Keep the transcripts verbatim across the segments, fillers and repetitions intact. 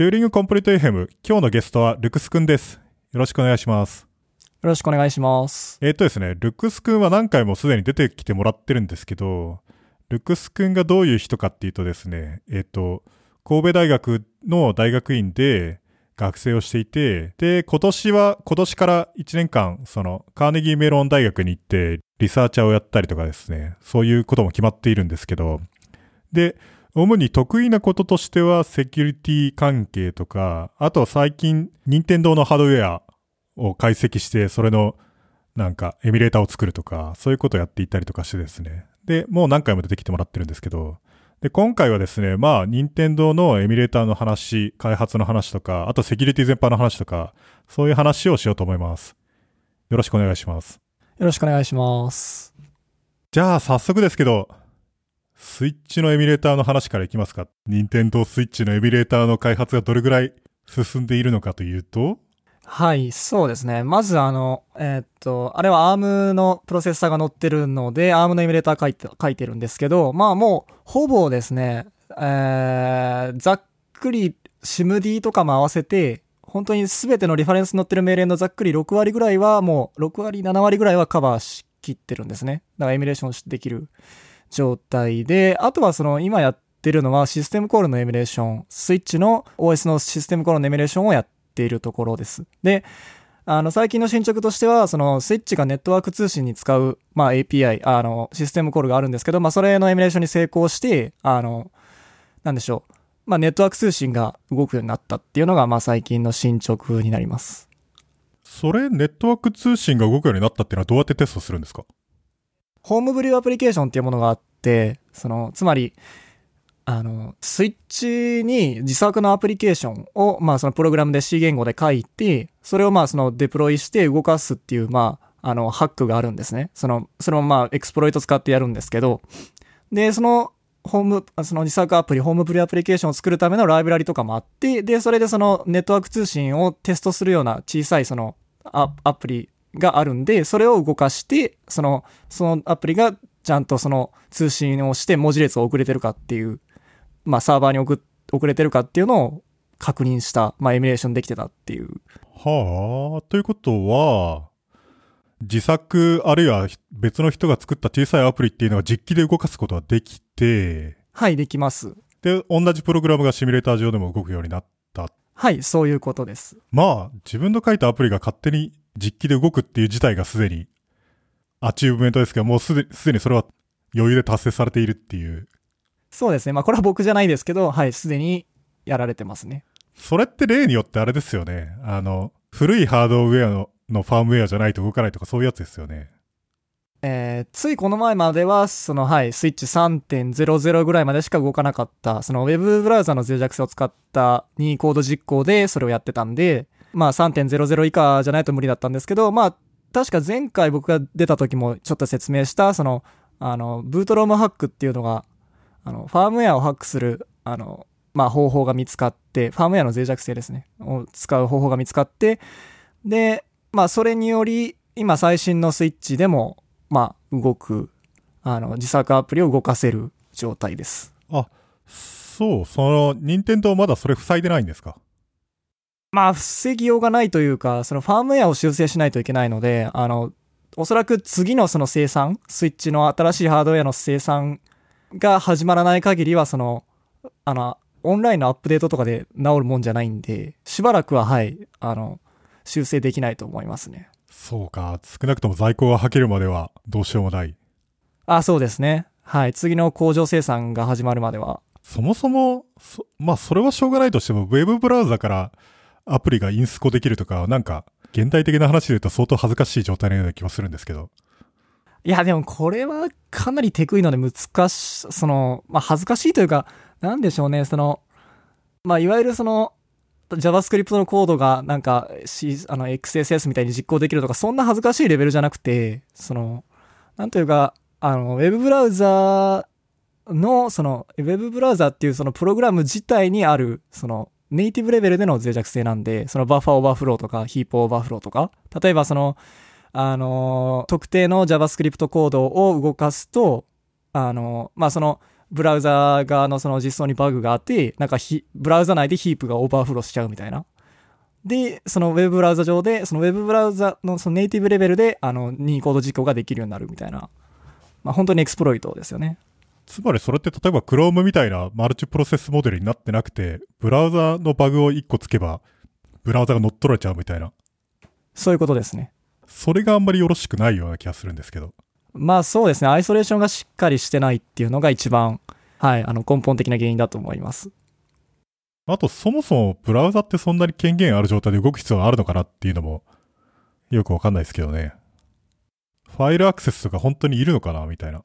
チューリングコンプリート エフエム、今日のゲストはルクスくんです。よろしくお願いします。 よろしくお願いします。 えーっとですね、ルクスくんは何回もすでに出てきてもらってるんですけど、ルクスくんがどういう人かっていうとですね、えーっと、神戸大学の大学院で学生をしていて、で、今年は、今年からいちねんかん、その、カーネギーメロン大学に行って、リサーチャーをやったりとかですね、そういうことも決まっているんですけど、で、主に得意なこととしてはセキュリティ関係とか、あとは最近任天堂のハードウェアを解析してそれのなんかエミュレーターを作るとか、そういうことをやっていったりとかしてですね。で、もう何回も出てきてもらってるんですけど、で、今回はですね、まあ任天堂のエミュレーターの話、開発の話とか、あとセキュリティ全般の話とか、そういう話をしようと思います。よろしくお願いします。 よろしくお願いします。 じゃあ早速ですけど、スイッチのエミュレーターの話からいきますか。任天堂スイッチのエミュレーターの開発がどれぐらい進んでいるのかというと、 はい、そうですね。まずあの、えーっと、あれは アーム のプロセッサーが載ってるので、アーム のエミュレーター書いて、書いてるんですけど、まあもう、ほぼですね、えー、ざっくり シムディー とかも合わせて、本当に全てのリファレンス載ってる命令のざっくりろくわりぐらいは、もうろくわり、ななわりぐらいはカバーしきってるんですね。だからエミュレーションできる状態で、あとはその今やってるのはシステムコールのエミュレーション、スイッチの オーエス のシステムコールのエミュレーションをやっているところです。で、あの最近の進捗としては、そのスイッチがネットワーク通信に使う、まあ、エーピーアイ、あのシステムコールがあるんですけど、まあそれのエミュレーションに成功して、あのなんでしょう、まあネットワーク通信が動くようになったっていうのがまあ最近の進捗になります。 それネットワーク通信が動くようになったっていうのはどうやってテストするんですか？ ホームブリューアプリケーションっていうものがあって、その、つまり、あの、スイッチに自作のアプリケーションを、まあそのプログラムで C 言語で書いて、それをまあそのデプロイして動かすっていう、まあ、あの、ハックがあるんですね。その、それもまあエクスプロイト使ってやるんですけど、で、その、ホーム、その自作アプリ、ホームブリューアプリケーションを作るためのライブラリとかもあって、で、それでそのネットワーク通信をテストするような小さいそのア、アプリがあるんで、それを動かして、その、そのアプリがちゃんとその通信をして文字列を送れてるかっていう、まあサーバーに送、送れてるかっていうのを確認した、まあエミュレーションできてたっていう。 はあ、ということは、自作あるいは別の人が作った小さいアプリっていうのは実機で動かすことができて、 はい、できます。 で、同じプログラムがシミュレーター上でも動くようになった。 はい、そういうことです。 まあ、自分の書いたアプリが勝手に実機で動くっていう事態がすでにアチーブメントですけど、もうすで、すでにそれは余裕で達成されているっていう。 そうですね。まあこれは僕じゃないですけど、はい、すでにやられてますね。 それって例によってあれですよね。あの、古いハードウェアの、のファームウェアじゃないと動かないとかそういうやつですよね。 えー、ついこの前までは、その、はい、スイッチ さんてんゼロゼロ ぐらいまでしか動かなかった、そのウェブブラウザの脆弱性を使った任意コード実行でそれをやってたんで、まあ さんてんゼロゼロ 以下じゃないと無理だったんですけど、まあ、確か前回僕が出た時もちょっと説明した、その、あの、ブートロームハックっていうのが、あの、ファームウェアをハックする、あの、まあ方法が見つかって、ファームウェアの脆弱性ですね、を使う方法が見つかって、で、まあそれにより、今最新のスイッチでも、まあ、動く、あの、自作アプリを動かせる状態です。 あ、そう、その、任天堂まだそれ塞いでないんですか？ まあ、防ぎようがないというか、そのファームウェアを修正しないといけないので、あの、おそらく次のその生産、スイッチの新しいハードウェアの生産が始まらない限りは、その、あの、オンラインのアップデートとかで治るもんじゃないんで、しばらくは、はい、あの、修正できないと思いますね。 そうか、少なくとも在庫がはけるまではどうしようもない。 あ、そうですね。はい。次の工場生産が始まるまでは。 そもそも、そまあそれはしょうがないとしても、ウェブブラウザからアプリがインスコできるとか、なんか、現代的な話で言うと相当恥ずかしい状態のような気もするんですけど。 いや、でもこれはかなりテクイので難し、その、まあ恥ずかしいというか、なんでしょうね、その、まあいわゆるその、JavaScript のコードがなんか、C、あの エックスエスエス みたいに実行できるとか、そんな恥ずかしいレベルじゃなくて、その、なんというか、あの、ウェブブラウザの、その、ウェブブラウザっていうそのプログラム自体にある、その、ネイティブレベルでの脆弱性なんで、そのバッファーオーバーフローとか、ヒープオーバーフローとか、例えばその、あの、特定の JavaScript コードを動かすと、あの、まあ、その、 ブラウザ側のその実装にバグがあって、なんかひブラウザ内でヒープがオーバーフローしちゃうみたいな。で、そのウェブブラウザ上で、そのウェブブラウザのそのネイティブレベルで、あの、任意コード実行ができるようになるみたいな。まあ本当にエクスプロイトですよね。 つまりそれって例えば Chrome みたいなマルチプロセスモデルになってなくて、ブラウザのバグをいっこつけば、ブラウザが乗っ取られちゃうみたいな。 そういうことですね。 それがあんまりよろしくないような気がするんですけど。 まあそうですね。アイソレーションがしっかりしてないっていうのが一番、はい、あの根本的な原因だと思います。 あとそもそもブラウザってそんなに権限ある状態で動く必要があるのかなっていうのもよくわかんないですけどね。ファイルアクセスとか本当にいるのかなみたいな。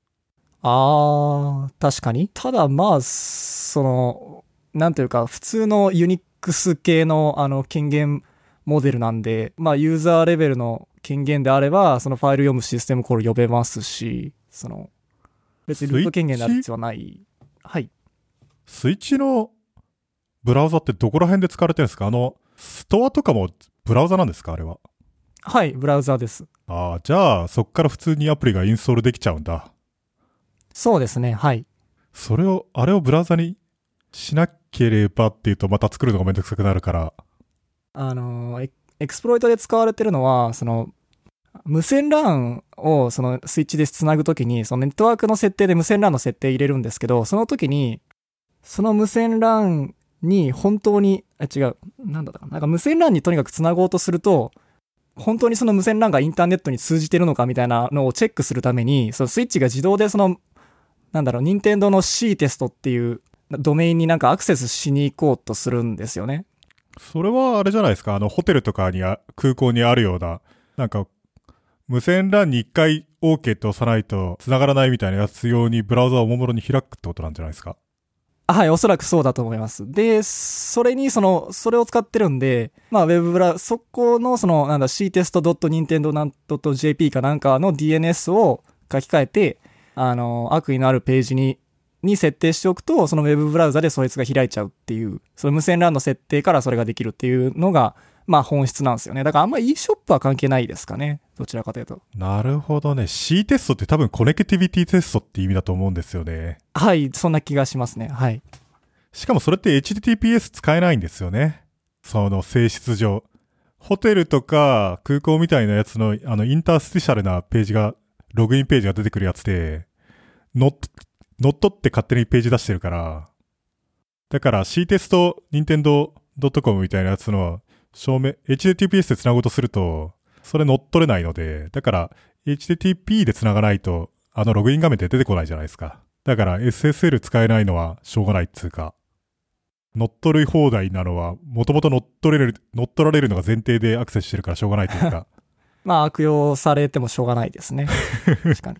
あー、確かに。ただまあ、その、なんというか普通のユニックス系のあの権限モデルなんで、まあユーザーレベルの権限であれば、そのファイル読むシステムコール呼べますし、その、別にルート権限になる必要はない。はい。 スイッチのブラウザってどこら辺で使われてるんですか？あの、ストアとかもブラウザなんですか？あれは。 はい、ブラウザです。 ああ、じゃあ、そっから普通にアプリがインストールできちゃうんだ。 そうですね、はい。 それを、あれをブラウザにしなければっていうと、また作るのがめんどくさくなるから。 あの、エエクスプロイトで使われてるのは、その、無線 ラン をそのスイッチでつなぐときに、そのネットワークの設定で無線 ラン の設定入れるんですけど、その時に、その無線 ラン に本当に、あ、違う、なんだったかな。なんか無線 ラン にとにかくつなごうとすると、本当にその無線 ラン がインターネットに通じてるのかみたいなのをチェックするために、そのスイッチが自動でその、なんだろう、任天堂の C テストっていうドメインになんかアクセスしに行こうとするんですよね。 それはあれじゃないですか。あの、ホテルとかにあ、空港にあるような、なんか、無線 ラン に一回 OK って押さないと繋がらないみたいなやつ用にブラウザをおもむろに開くってことなんじゃないですか。 はい、おそらくそうだと思います。で、それにその、それを使ってるんで、まあ、ウェブブラ、そこのその、なんだ、シーテストドットニンテンドードットジェーピー かなんかの ディーエヌエス を書き換えて、あの、悪意のあるページに、に設定しておくと、そのウェブブラウザでそいつが開いちゃうっていう、その無線 ラン の設定からそれができるっていうのが、まあ本質なんですよね。だからあんまり e ショップは関係ないですかね。どちらかというと。 なるほどね。C テストって多分コネクティビティテストって意味だと思うんですよね。 はい、そんな気がしますね。はい。 しかもそれって エイチティーティーピーエス 使えないんですよね。その性質上。ホテルとか空港みたいなやつのあのインタースティシャルなページが、ログインページが出てくるやつで、乗っ、乗っ取って勝手にページ出してるから。だから C テスト、ニンテンドードットコム みたいなやつの証明、エイチティーティーピーエス で繋ごうとすると、それ乗っ取れないので、だから エイチティーティーピー で繋がないと、あのログイン画面って出てこないじゃないですか。だから エスエスエル 使えないのはしょうがないっつうか、乗っ取る放題なのは、もともと乗っ取れる、乗っ取られるのが前提でアクセスしてるからしょうがないというか。 まあ悪用されてもしょうがないですね。確かに。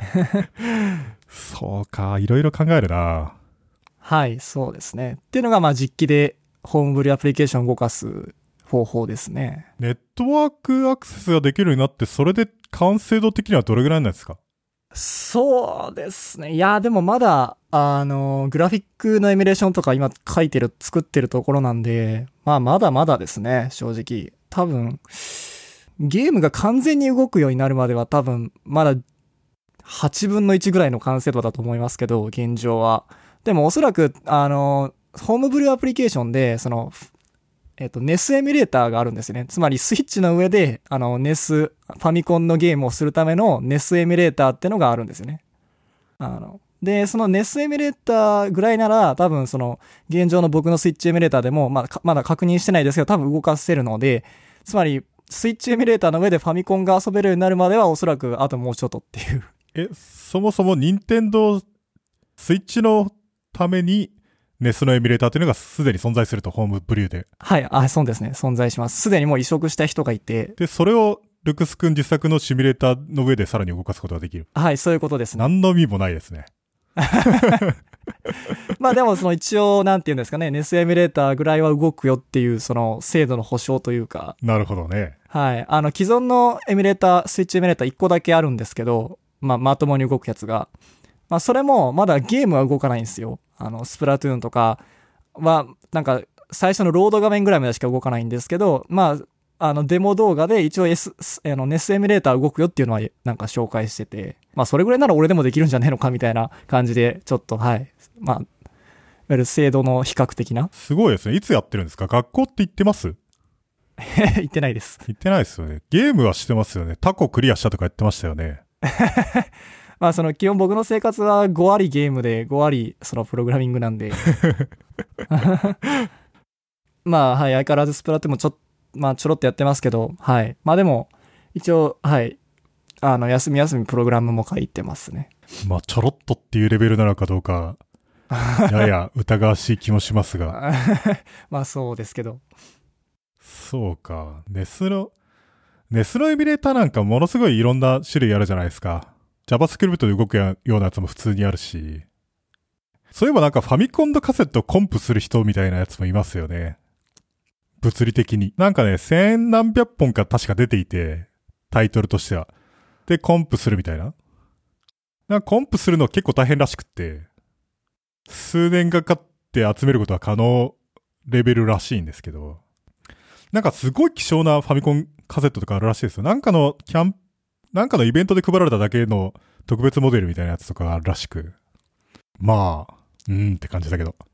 そうか、いろいろ考えるな。 はい、そうですね。っていうのがまあ実機でホームブリューアプリケーションを動かす方法ですね。 ネットワークアクセスができるようになって、それで完成度的にはどれぐらいなんですか？ そうですね。いや、でもまだ、あの、グラフィックのエミュレーションとか今書いてる、作ってるところなんで、まあまだまだですね、正直。多分、ゲームが完全に動くようになるまでは多分、まだはちぶんのいちぐらいの完成度だと思いますけど、現状は。でもおそらく、あの、ホームブリューアプリケーションで、その、えっと、ネス エミュレーターがあるんですよね。つまりスイッチの上で、あの、ネス、ファミコンのゲームをするための ネス エミュレーターってのがあるんですよね。あの、で、その ネス エミュレーターぐらいなら、多分その、現状の僕のスイッチエミュレーターでも、まあ、まだ確認してないですけど、多分動かせるので、つまり、スイッチエミュレーターの上でファミコンが遊べるようになるまでは、おそらくあともうちょっとっていう。 え、そもそも任天堂スイッチのために、ネス のエミュレーターっていうのがすでに存在すると、ホームブリューで。 はい、あ、そうですね。存在します。すでにもう移植した人がいて。 で、それを、ルクス君自作のシミュレーターの上でさらに動かすことができる。 はい、そういうことですね。 何の意味もないですね。 まあでもその一応なんていうんですかね、ネス エミュレーターぐらいは動くよっていうその精度の保証というか。 なるほどね。 はい。あの既存のエミュレーター、スイッチエミュレーターいっこだけあるんですけど、まあまともに動くやつが。まあそれもまだゲームは動かないんですよ。あのスプラトゥーンとかはなんか最初のロード画面ぐらいまでしか動かないんですけど、まああのデモ動画で一応、S、あのネス エミュレーター動くよっていうのはなんか紹介してて。 まあそれぐらいなら俺でもできるんじゃねえのかみたいな感じで、ちょっとはい。まあ、いわゆる精度の比較的な。 すごいですね。いつやってるんですか？学校って行ってます？ 言ってないです。 行ってないですよね。ゲームはしてますよね。タコクリアしたとか言ってましたよね。 まあその基本僕の生活はご割ゲームでご割そのプログラミングなんで。まあはい、相変わらずスプラトゥーンもちょ、まあちょろっとやってますけど、はい。まあでも、一応、はい。あの、休み休みプログラムも書いてますね。 まあちょろっとっていうレベルなのかどうか、やや疑わしい気もしますが。 まあそうですけど。 そうか。ネスロ、ネスロエミュレーターなんかものすごいいろんな種類あるじゃないですか。JavaScript で動くようなやつも普通にあるし。そういえばなんかファミコンのカセットをコンプする人みたいなやつもいますよね。物理的に。なんかね、千何百本か確か出ていて、タイトルとしては。で、コンプするみたいな。なんかコンプするの結構大変らしくって、数年かかって集めることは可能レベルらしいんですけど、なんかすごい希少なファミコンカセットとかあるらしいですよ。なんかのキャン、なんかのイベントで配られただけの特別モデルみたいなやつとかがあるらしく。まあ、うーんって感じだけど。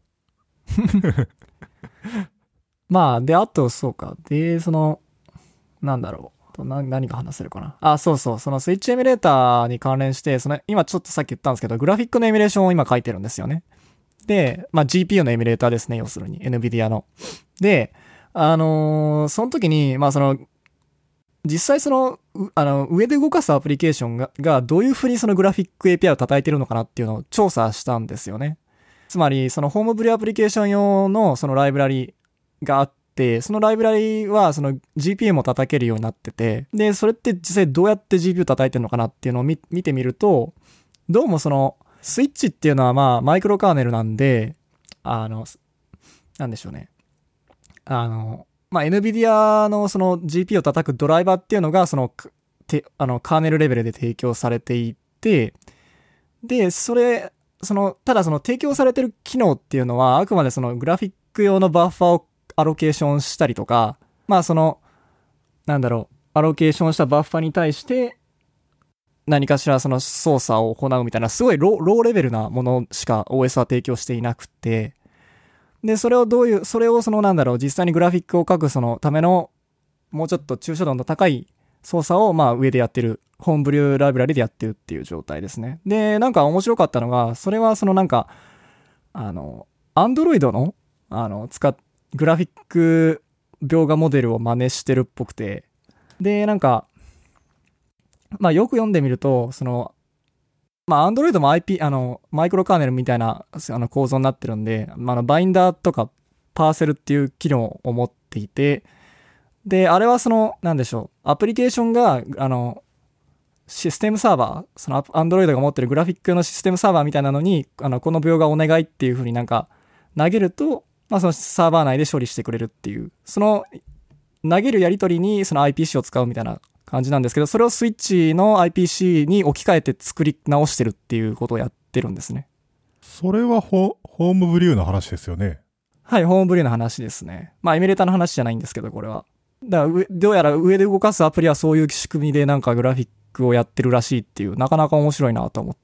まあ、で、あと、そうか。で、その、なんだろう。な何が話せるかな。あ、そうそう。そのスイッチエミュレーターに関連して、その、今ちょっとさっき言ったんですけど、グラフィックのエミュレーションを今書いてるんですよね。で、まあ ジーピーユー のエミュレーターですね、要するに。NVIDIA の。で、あのーその時に、まあその、実際その、あの、上で動かすアプリケーションが、がどういうふうにそのグラフィック エーピーアイ を叩いてるのかなっていうのを調査したんですよね。つまり、そのホームブリューアプリケーション用のそのライブラリがあって、そのライブラリはその ジーピーユー も叩けるようになってて、で、それって実際どうやって ジーピーユー 叩いてるのかなっていうのを見、見てみると、どうもその、スイッチっていうのはまあマイクロカーネルなんで、あの、なんでしょうね。あの、まあ、NVIDIA のその ジーピーユー を叩くドライバーっていうのが、その、て、あの、カーネルレベルで提供されていて、で、それ、その、ただその提供されてる機能っていうのは、あくまでそのグラフィック用のバッファーをアロケーションしたりとか、まあその、なんだろう、アロケーションしたバッファーに対して、何かしらその操作を行うみたいな、すごいロー、ローレベルなものしか オーエス は提供していなくて、で、それをどういう、それをそのなんだろう、実際にグラフィックを書くそのための、もうちょっと抽象度の高い操作をまあ上でやってる、ホームブリューライブラリでやってるっていう状態ですね。で、なんか面白かったのが、それはそのなんか、あの、アンドロイドの、あの、使っ、グラフィック描画モデルを真似してるっぽくて、で、なんか、まあよく読んでみると、その、まあ、Android も アイピー、あの、マイクロカーネルみたいなあの構造になってるんで、まあ、あのバインダーとかパーセルっていう機能を持っていて、で、あれはその、なんでしょう、アプリケーションが、あの、システムサーバー、その Android が持ってるグラフィックのシステムサーバーみたいなのに、あの、この描画お願いっていう風になんか投げると、まあ、そのサーバー内で処理してくれるっていう、その投げるやり取りにその アイピーシー を使うみたいな感じなんですけど、それをスイッチの アイピーシー に置き換えて作り直してるっていうことをやってるんですね。 それはホ、ホームブリューの話ですよね。 はい、ホームブリューの話ですね。まあ、エミュレーターの話じゃないんですけど、これは。だから、どうやら上で動かすアプリはそういう仕組みでなんかグラフィックをやってるらしいっていう、なかなか面白いなと思って。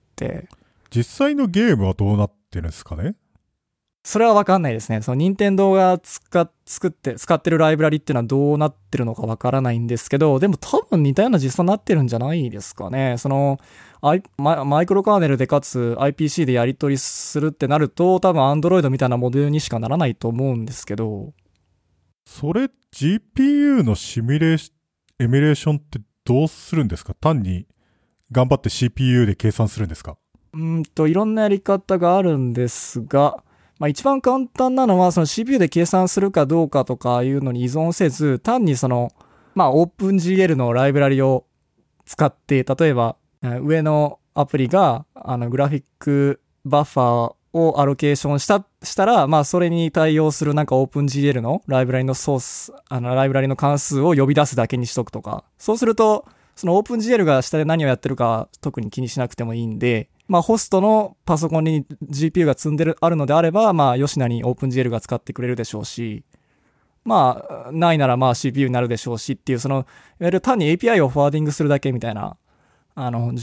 実際のゲームはどうなってるんですかね？ それはわかんないですね。その任天堂が使っ、作って、使ってるライブラリっていうのはどうなってるのかわからないんですけど、でも多分似たような実装になってるんじゃないですかね。その、I、マ, マイクロカーネルでかつ アイピーシー でやり取りするってなると、多分 Android みたいなモデルにしかならないと思うんですけど。 それ ジーピーユー のシミュレーション、エミュレーションってどうするんですか？単に頑張って シーピーユー で計算するんですか？ うんと、いろんなやり方があるんですが、まあ一番簡単なのは、その シーピーユー で計算するかどうかとかいうのに依存せず、単にその、まあ OpenGL のライブラリを使って、例えば、上のアプリが、あの、グラフィックバッファーをアロケーションした、したら、まあそれに対応するなんか OpenGL のライブラリのソース、あの、ライブラリの関数を呼び出すだけにしとくとか、そうすると、その OpenGL が下で何をやってるか特に気にしなくてもいいんで、まあホストのパソコンに ジーピーユー が積んでる、あるのであれば、まあ吉なに OpenGL が使ってくれるでしょうし、まあないならまあ シーピーユー になるでしょうしっていう、その、いわゆる単に エーピーアイ をフォワーディングするだけみたいな、あの、状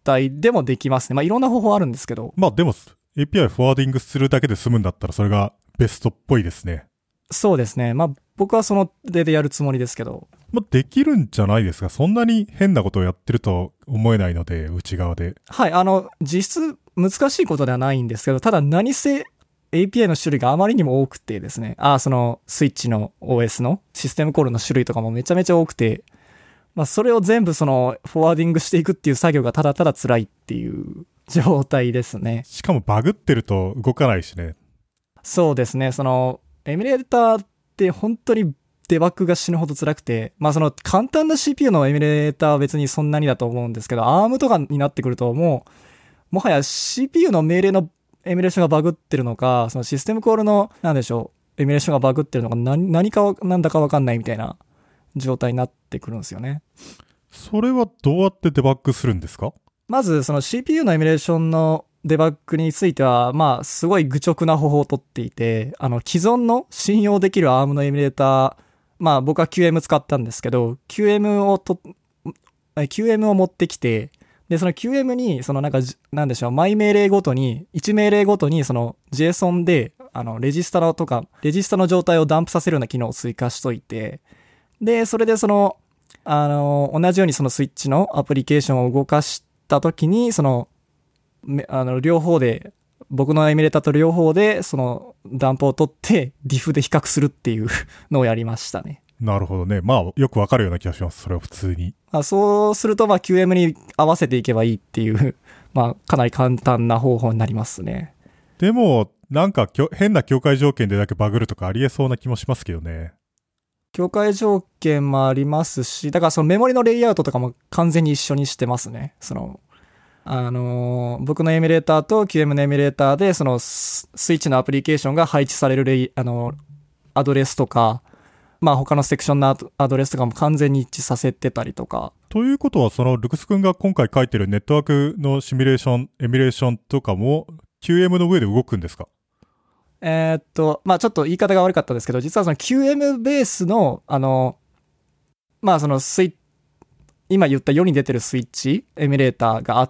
態でもできますね。まあいろんな方法あるんですけど。 まあでも エーピーアイ フォワーディングするだけで済むんだったらそれがベストっぽいですね。 そうですね。まあ僕はその例でやるつもりですけど。 まあできるんじゃないですか。そんなに変なことをやってると思えないので、内側で。 はい、あの、実質難しいことではないんですけど、ただ何せ エーピーアイ の種類があまりにも多くてですね、あ、そのスイッチの オーエス のシステムコールの種類とかもめちゃめちゃ多くて、まあそれを全部そのフォワーディングしていくっていう作業がただただ辛いっていう状態ですね。 しかもバグってると動かないしね。 そうですね、そのエミュレーターって本当にデバッグが死ぬほど辛くて、まあその簡単な シーピーユー のエミュレーターは別にそんなにだと思うんですけど、アーム とかになってくるともう、もはや シーピーユー の命令のエミュレーションがバグってるのか、そのシステムコールの、なんでしょう、エミュレーションがバグってるのか、何、何かは、なんだかわかんないみたいな状態になってくるんですよね。 それはどうやってデバッグするんですか？ まず、その シーピーユー のエミュレーションのデバッグについては、まあ、すごい愚直な方法をとっていて、あの、既存の信用できる アーム のエミュレーター、まあ、僕は キューエム 使ったんですけど、キューエム をと、キューエム を持ってきて、で、その キューエム に、そのなんか、なんでしょう、毎命令ごとに、いち命令ごとに、その JSON で、あの、レジスタのとか、レジスタの状態をダンプさせるような機能を追加しといて、で、それでその、あの、同じようにそのスイッチのアプリケーションを動かしたときに、その、あの、両方で、僕のエミュレーターと両方で、その、ダンプを取って、ディフで比較するっていうのをやりましたね。 なるほどね。まあ、よくわかるような気がします。それは普通に。 まあ、そうすると、まあ、キューエム に合わせていけばいいっていう、まあ、かなり簡単な方法になりますね。 でも、なんか変な境界条件でだけバグるとかありえそうな気もしますけどね。 境界条件もありますし、だからそのメモリのレイアウトとかも完全に一緒にしてますね。その、あのー、僕のエミュレーターと キューエム のエミュレーターで、そのスイッチのアプリケーションが配置されるレイ、あのー、アドレスとか、まあ他のセクションのアドレスとかも完全に一致させてたりとか。 ということは、そのルクス君が今回書いてるネットワークのシミュレーション、エミュレーションとかも キューエム の上で動くんですか？ えー、っと、まあちょっと言い方が悪かったですけど、実はその キューエム ベースの、あの、まあそのスイッチ、今言った世に出てるスイッチ、エミュレーターがあって、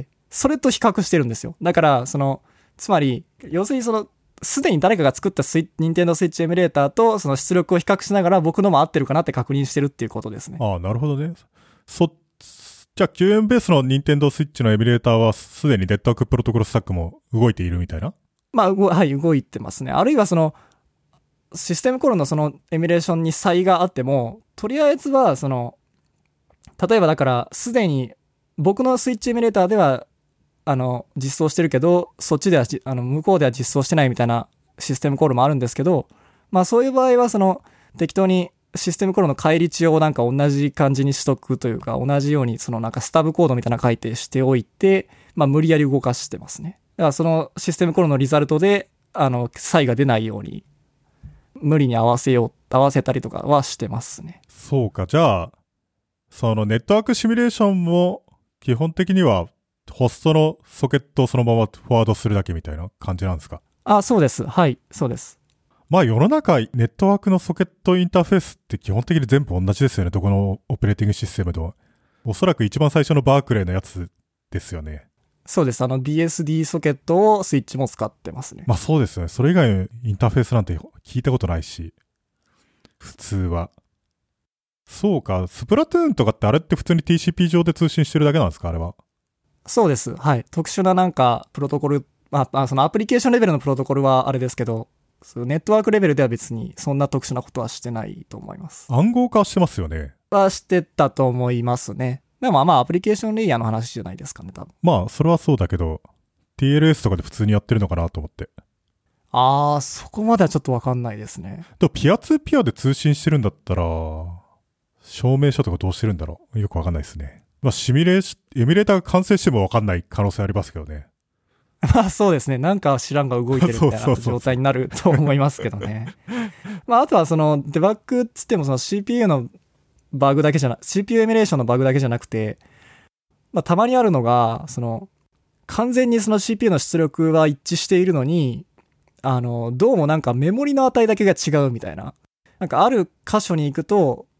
それと比較してるんですよ。だから、その、つまり、要するにその、すでに誰かが作ったスイニンテンドースイッチエミュレーターとその出力を比較しながら僕のも合ってるかなって確認してるっていうことですね。 ああ、なるほどね。そ、じゃあ キューエム ベースのニンテンドースイッチのエミュレーターはすでにネットワークプロトコルスタックも動いているみたいな？ まあ、はい、動いてますね。あるいはその、システムコールのそのエミュレーションに差異があっても、とりあえずはその、例えばだから、すでに僕のスイッチエミュレーターでは、あの、実装してるけど、そっちでは、あの、向こうでは実装してないみたいなシステムコールもあるんですけど、まあそういう場合はその、適当にシステムコールの返り値をなんか同じ感じにしとくというか、同じようにそのなんかスタブコードみたいな書いてしておいて、まあ無理やり動かしてますね。だからそのシステムコールのリザルトで、あの、差異が出ないように、無理に合わせよう、合わせたりとかはしてますね。 そうか、じゃあ、そのネットワークシミュレーションも基本的にはホストのソケットをそのままフォワードするだけみたいな感じなんですか？ あ、そうです。はい、そうです。 まあ世の中ネットワークのソケットインターフェースって基本的に全部同じですよね。どこのオペレーティングシステムでも。おそらく一番最初のバークレーのやつですよね。 そうです。あの ビーエスディー ソケットをスイッチも使ってますね。 まあそうですよね。それ以外のインターフェースなんて聞いたことないし。普通は。そうか。スプラトゥーンとかってあれって普通に ティーシーピー 上で通信してるだけなんですか？あれは。 そうです。はい。特殊ななんかプロトコル、まあ、そのアプリケーションレベルのプロトコルはあれですけど、ネットワークレベルでは別にそんな特殊なことはしてないと思います。 暗号化してますよね。 はしてたと思いますね。でもまあアプリケーションレイヤーの話じゃないですかね、多分。 まあそれはそうだけど、ティーエルエス とかで普通にやってるのかなと思って。 あー、そこまではちょっとわかんないですね。 でもピアツーピアで通信してるんだったら、証明書とかどうしてるんだろう。よくわかんないですね。まあシミュレーション、エミュレーターが完成してもわかんない可能性ありますけどね。 まあそうですね。なんか知らんが動いてるみたいな状態になると思いますけどね。まああとはそのデバッグっつってもその シーピーユー のバグだけじゃな、シーピーユー エミュレーションのバグだけじゃなくて、まあたまにあるのが、その完全にその シーピーユー の出力は一致しているのに、あの、どうもなんかメモリの値だけが違うみたいな。なんかある箇所に行くと、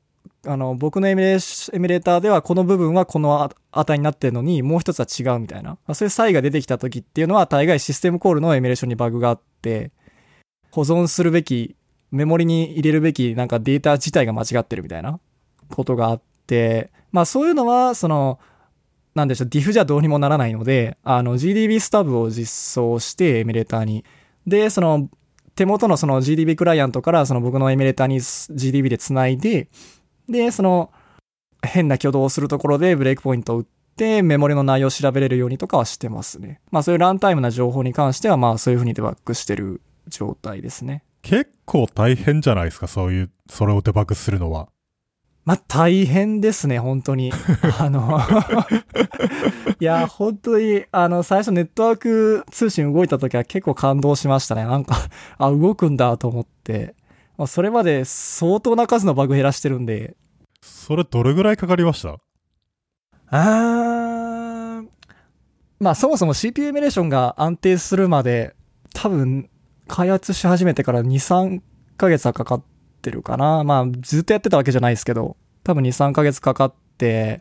あの、僕のエミュレーシエミュレーターではこの部分はこの値になってるのに、もう一つは違うみたいな。まあ、そういう差異が出てきた時っていうのは、大概システムコールのエミュレーションにバグがあって、保存するべき、メモリに入れるべきなんかデータ自体が間違ってるみたいなことがあって、まあそういうのは、その、なんでしょう、ディフじゃどうにもならないので、あの、ジーディービー スタブを実装して、エミュレーターに。で、その、手元のその ジーディービー クライアントからその僕のエミュレーターに ジーディービー でつないで、で、その変な挙動をするところでブレイクポイントを打ってメモリの内容を調べれるようにとかはしてますね。まあそういうランタイムな情報に関してはまあそういう風にデバッグしてる状態ですね。 結構大変じゃないですか、そういう、それをデバッグするのは。 まあ大変ですね、本当に。あの、いや、本当に、あの、最初ネットワーク通信動いた時は結構感動しましたね。なんか、あ、動くんだと思って。まあ、それまで相当な数のバグ減らしてるんで。 それどれぐらいかかりました？ あー、まあそもそも シーピーユー エミュレーションが安定するまで、多分、開発し始めてからに、さんかげつはかかってるかな。まあずっとやってたわけじゃないですけど、多分に、さんかげつかかって、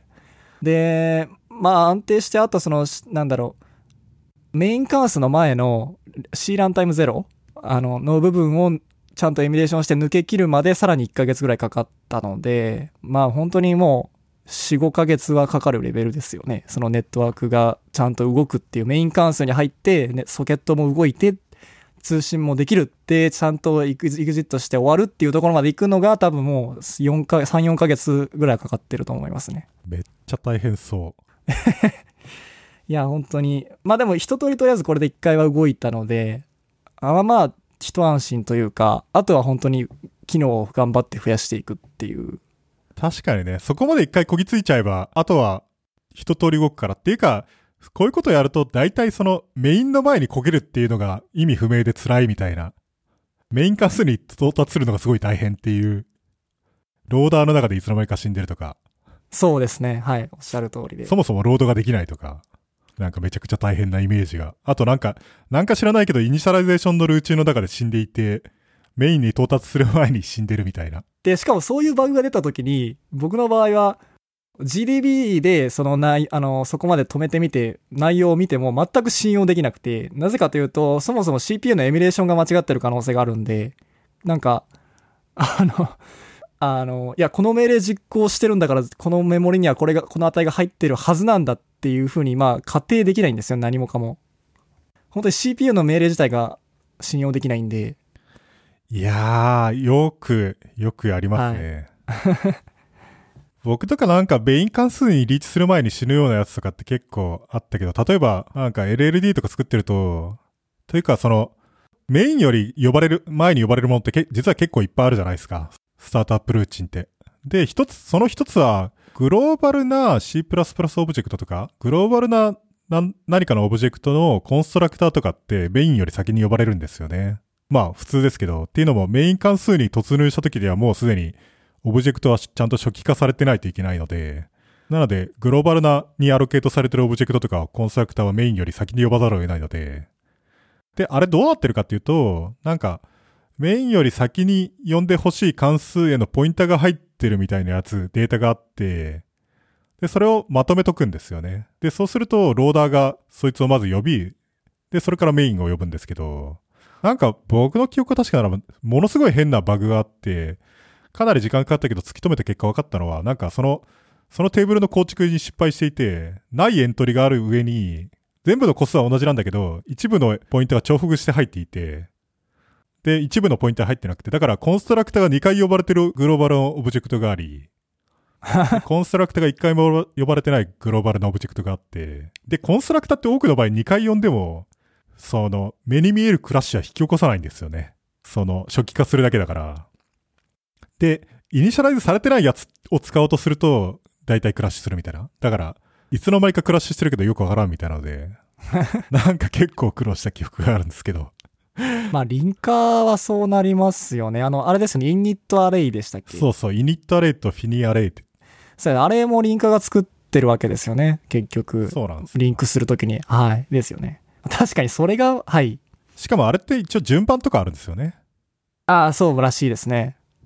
で、まあ安定して、あとその、なんだろう、メイン関数の前の C ランタイムゼロ、あの、の部分をちゃんとエミュレーションして抜け切るまでさらにいっかげつぐらいかかったので、まあ本当にもうよん、ごかげつはかかるレベルですよね。そのネットワークがちゃんと動くっていうメイン関数に入って、ね、ソケットも動いて、通信もできるってちゃんとエグジットして終わるっていうところまで行くのが多分もうよんか、さん、よんかげつぐらいかかってると思いますね。 めっちゃ大変そう。 いや、本当に。まあでも一通りとりあえずこれで一回は動いたので、あまあ一安心というか、あとは本当に機能を頑張って増やしていくっていう。 確かにね、そこまで一回こぎついちゃえば、あとは一通り動くからっていうか、こういうことやると大体そのメインの前にこげるっていうのが意味不明で辛いみたいな。メイン関数に到達するのがすごい大変っていう。ローダーの中でいつの間にか死んでるとか。 そうですね。はい。おっしゃる通りで。 そもそもロードができないとか。なんかめちゃくちゃ大変なイメージが。あとなんか、なんか知らないけどイニシャライゼーションのルーチンの中で死んでいて、メインに到達する前に死んでるみたいな。 で、しかもそういうバグが出た時に、僕の場合は、ジーディービー でその内、あの、そこまで止めてみて、内容を見ても全く信用できなくて、なぜかというと、そもそも シーピーユー のエミュレーションが間違ってる可能性があるんで、なんか、あの、あの、いや、この命令実行してるんだから、このメモリにはこれが、この値が入ってるはずなんだっていう風に、まあ、仮定できないんですよ、何もかも。本当に シーピーユー の命令自体が信用できないんで。 いやー、よく、よくやりますね。はい僕とかなんかメイン関数にリーチする前に死ぬようなやつとかって結構あったけど、例えばなんか エルエルディー とか作ってると、というかそのメインより呼ばれる、前に呼ばれるものってけ実は結構いっぱいあるじゃないですか。スタートアップルーチンって。で、一つ、その一つはグローバルな シープラスプラス オブジェクトとか、グローバルな何何かのオブジェクトのコンストラクターとかってメインより先に呼ばれるんですよね。まあ普通ですけど、っていうのもメイン関数に突入した時ではもうすでにオブジェクトはちゃんと初期化されてないといけないので、なので、グローバルなにアロケートされてるオブジェクトとかコンストラクターはメインより先に呼ばざるを得ないので、で、あれどうなってるかっていうと、なんか、メインより先に呼んでほしい関数へのポインターが入ってるみたいなやつ、データがあって、で、それをまとめとくんですよね。で、そうすると、ローダーがそいつをまず呼び、で、それからメインを呼ぶんですけど、なんか僕の記憶が確かなら、ものすごい変なバグがあって、かなり時間かかったけど突き止めた結果分かったのは、なんかその、そのテーブルの構築に失敗していて、ないエントリがある上に、全部の個数は同じなんだけど、一部のポイントが重複して入っていて、で、一部のポイントは入ってなくて、だからコンストラクターがにかい呼ばれてるグローバルのオブジェクトがあり、コンストラクターがいっかいも呼ばれてないグローバルなオブジェクトがあって、で、コンストラクターって多くの場合にかい呼んでも、その、目に見えるクラッシュは引き起こさないんですよね。その、初期化するだけだから。で、イニシャライズされてないやつを使おうとすると、だいたいクラッシュするみたいな。だから、いつの間にかクラッシュしてるけどよくわからんみたいなので、なんか結構苦労した記憶があるんですけど。 まあ、リンカーはそうなりますよね。あの、あれですね、イニットアレイでしたっけ？ そうそう、イニットアレイとフィニアレイって。 そう、あれもリンカーが作ってるわけですよね、結局。 そうなんです。 リンクするときに。はい。ですよね。確かにそれが、はい。 しかもあれって一応順番とかあるんですよね。 ああ、そうらしいですね。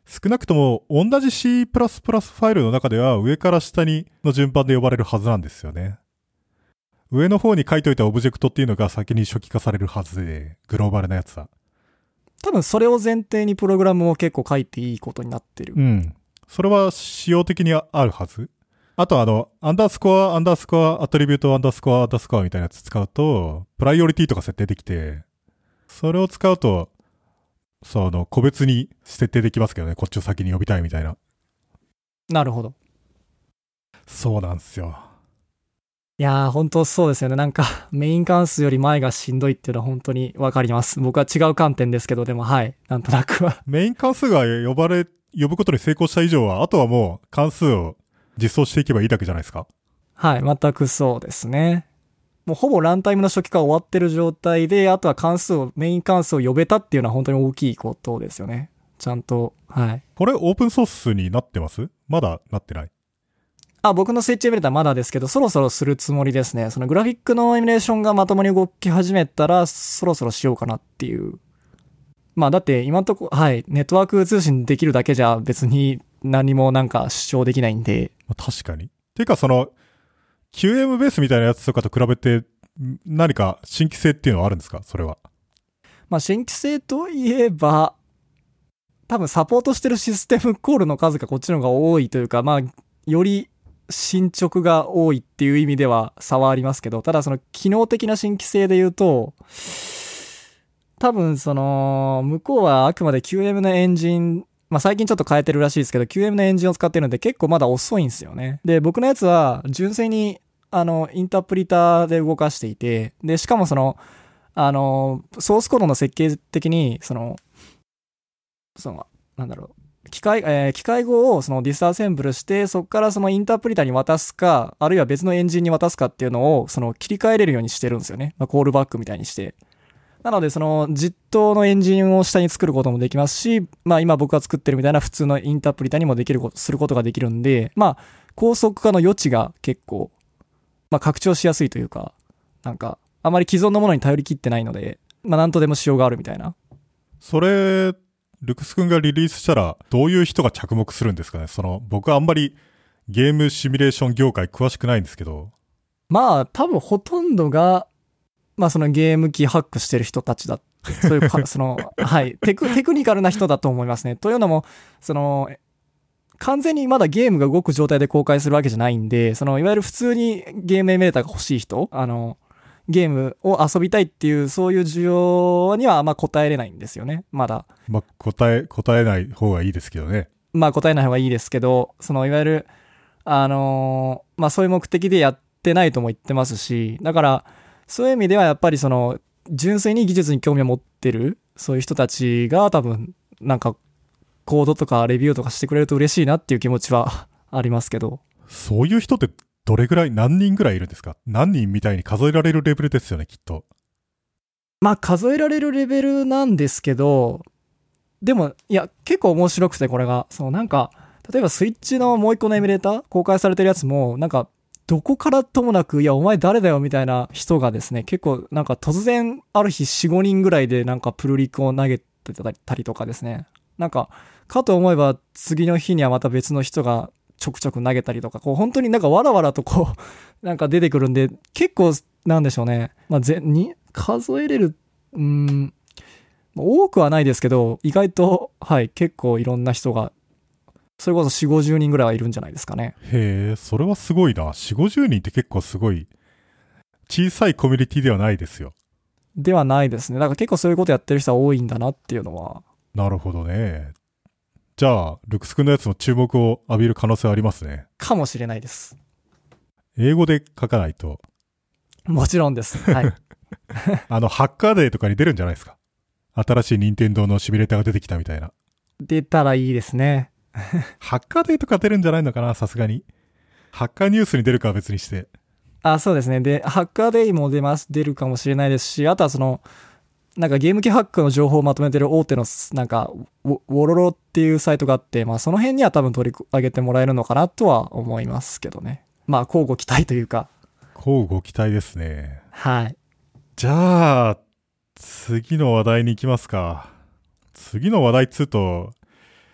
少なくとも同じ C++ ファイルの中では上から下にの順番で呼ばれるはずなんですよね。上の方に書いといたオブジェクトっていうのが先に初期化されるはずで、グローバルなやつは。 多分それを前提にプログラムを結構書いていいことになってる。 うん。それは仕様的にあるはず。あとあの、アンダースコア、アンダースコア、アトリビュート、アンダースコア、アンダースコアみたいなやつ使うと、プライオリティとか設定できて、それを使うと、その、個別に設定できますけどね。こっちを先に呼びたいみたいな。 なるほど。 そうなんですよ。 いやー、本当そうですよね。なんか、メイン関数より前がしんどいっていうのは本当にわかります。僕は違う観点ですけど、でもはい、なんとなくは。 メイン関数が呼ばれ、呼ぶことに成功した以上は、あとはもう関数を実装していけばいいだけじゃないですか。 はい、全くそうですね。もうほぼランタイムの初期化終わってる状態で、あとは関数を、メイン関数を呼べたっていうのは本当に大きいことですよね。ちゃんと、はい。 これオープンソースになってます？まだなってない？ あ、僕のスイッチエミュレーターまだですけど、そろそろするつもりですね。そのグラフィックのエミュレーションがまともに動き始めたら、そろそろしようかなっていう。まあだって今んとこ、はい、ネットワーク通信できるだけじゃ別に何もなんか主張できないんで。 確かに。ていうかその、キューエム ベースみたいなやつとかと比べて、何か新規性っていうのはあるんですか？それは。 まあ新規性といえば、多分サポートしてるシステムコールの数がこっちの方が多いというか、まあ、より進捗が多いっていう意味では差はありますけど、ただその機能的な新規性で言うと、多分その、向こうはあくまで キューエム のエンジン、まあ最近ちょっと変えてるらしいですけど、キューエム のエンジンを使ってるので結構まだ遅いんですよね。で、僕のやつは純粋に、あの、インタープリターで動かしていて、で、しかもその、あの、ソースコードの設計的に、その、その、なんだろう、機械、えー、機械語をそのディスアセンブルして、そこからそのインタープリターに渡すか、あるいは別のエンジンに渡すかっていうのを、その切り替えれるようにしてるんですよね。まあ、コールバックみたいにして。なので、その実装のエンジンを下に作ることもできますし、まあ今僕が作ってるみたいな普通のインタープリターにもできること、することができるんで、まあ、高速化の余地が結構、まあ拡張しやすいというか、なんか、あまり既存のものに頼り切ってないので、まあなんとでもしようがあるみたいな。 それ、ルクス君がリリースしたらどういう人が着目するんですかね？その、僕はあんまりゲームシミュレーション業界詳しくないんですけど。 まあ多分ほとんどが、まあそのゲーム機ハックしてる人たちだ。そういうか、その、はい、テク、テクニカルな人だと思いますね。というのも、その、完全にまだゲームが動く状態で公開するわけじゃないんで、その、いわゆる普通にゲームエミュレーターが欲しい人、あの、ゲームを遊びたいっていう、そういう需要にはあんま答えれないんですよね、まだ。 まあ、答え、答えない方がいいですけどね。 まあ答えない方がいいですけど、その、いわゆる、あのー、まあそういう目的でやってないとも言ってますし、だから、そういう意味ではやっぱりその、純粋に技術に興味を持ってる、そういう人たちが多分、なんか、コードとかレビューとかしてくれると嬉しいなっていう気持ちはありますけど。 そういう人ってどれぐらい、何人ぐらいいるんですか？何人みたいに数えられるレベルですよね、きっと。 まあ数えられるレベルなんですけど、でも、いや、結構面白くてこれが、そうなんか、例えばスイッチのもう一個のエミュレーター公開されてるやつも、なんか、どこからともなく、いや、お前誰だよみたいな人がですね、結構なんか突然ある日よん、ごにんぐらいでなんかプルリクを投げてたりとかですね。なんか、かと思えば次の日にはまた別の人がちょくちょく投げたりとか、こう本当になんかわらわらとこう、なんか出てくるんで、結構なんでしょうね。まあ、ぜ、に、数えれる、うーん、多くはないですけど、意外と、はい、結構いろんな人が、それこそよん、ごじゅうにんぐらいはいるんじゃないですかね。 へえ、それはすごいな。よん、ごじゅうにんって結構すごい、小さいコミュニティではないですよ。 ではないですね。だから結構そういうことやってる人は多いんだなっていうのは。 なるほどね。じゃあ、ルクス君のやつも注目を浴びる可能性ありますね。 かもしれないです。 英語で書かないと。 もちろんです。はい。 あの、ハッカーデーとかに出るんじゃないですか。新しい任天堂のシミュレーターが出てきたみたいな。 出たらいいですね。 ハッカーデーとか出るんじゃないのかな、さすがに。ハッカーニュースに出るかは別にして。 あ、そうですね。で、ハッカーデイも出ます、出るかもしれないですし、あとはその、なんかゲーム機ハックの情報をまとめてる大手の、なんか、ウォロロっていうサイトがあって、まあその辺には多分取り上げてもらえるのかなとは思いますけどね。まあ、交互期待というか。 交互期待ですね。 はい。 じゃあ、次の話題に行きますか。次の話題っつうと、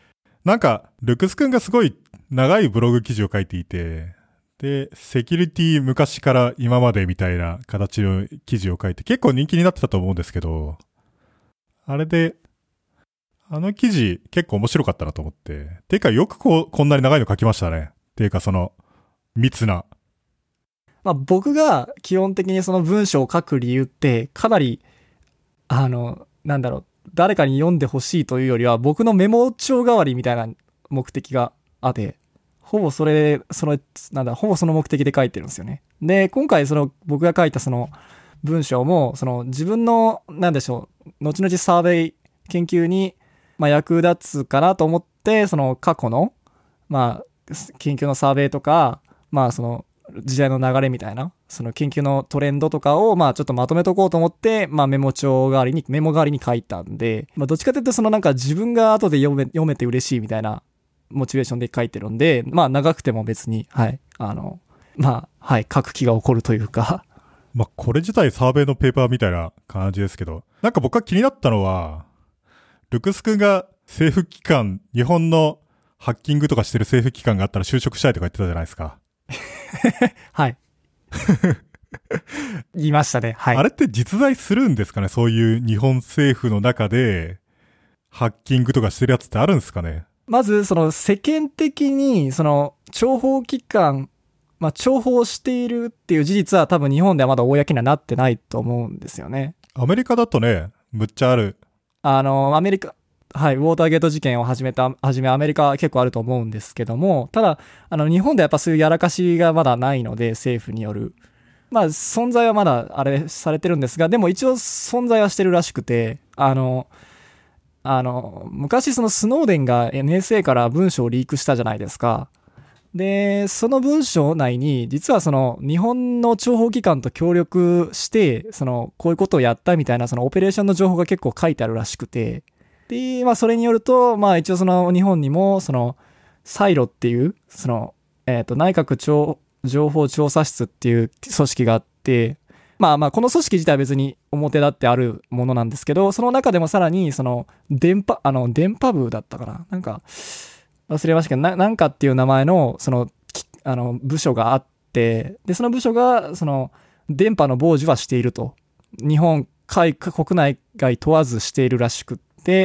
なんか、ルクスくんがすごい長いブログ記事を書いていて、で、セキュリティ昔から今までみたいな形の記事を書いて結構人気になってたと思うんですけど、あれで、あの記事結構面白かったなと思って。てかよくこう、こんなに長いの書きましたね。ていうかその、密な。 まあ僕が基本的にその文章を書く理由ってかなり、あの、なんだろう、誰かに読んでほしいというよりは僕のメモ帳代わりみたいな目的があって、ほぼそれ、その、なんだ、ほぼその目的で書いてるんですよね。で、今回その僕が書いたその文章も、その自分の、なんでしょう、後々サーベイ研究に、まあ、役立つかなと思って、その過去の、まあ、研究のサーベイとか、まあその時代の流れみたいな、その研究のトレンドとかを、まあちょっとまとめとこうと思って、まあメモ帳代わりに、メモ代わりに書いたんで、まあどっちかというとそのなんか自分が後で読め、読めて嬉しいみたいなモチベーションで書いてるんで、まあ長くても別に、はい、あの、まあ、はい、書く気が起こるというか。 まあこれ自体サーベイのペーパーみたいな感じですけど、なんか僕が気になったのは、ルクスくんが政府機関、日本のハッキングとかしてる政府機関があったら就職したいとか言ってたじゃないですか。 はい。言いましたね。はい。 あれって実在するんですかね？そういう日本政府の中でハッキングとかしてるやつってあるんですかね？ まず、その世間的に、その諜報機関、まあ諜報しているっていう事実は多分日本ではまだ公にはなってないと思うんですよね。 アメリカだとね、むっちゃある。 あの、アメリカ、はい、ウォーターゲート事件を始めた、始めアメリカは結構あると思うんですけども、ただ、あの、日本ではやっぱそういうやらかしがまだないので、政府による。まあ、存在はまだ、あれ、されてるんですが、でも一応存在はしてるらしくて、あの、あの、昔そのスノーデンが エヌエスエー から文章をリークしたじゃないですか。で、その文章内に、実はその、日本の諜報機関と協力して、その、こういうことをやったみたいな、そのオペレーションの情報が結構書いてあるらしくて、で、まあ、それによると、まあ、一応その、日本にも、その、サイロっていう、その、えっと、内閣情報調査室っていう組織があって、まあまあ、この組織自体は別に表立ってあるものなんですけど、その中でもさらに、その、電波、あの、電波部だったかな？なんか、忘れましたけど、な、なんかっていう名前の、その、あの、部署があって、で、その部署が、その、電波の傍受はしていると。日本、海、国内外問わずしているらしくって、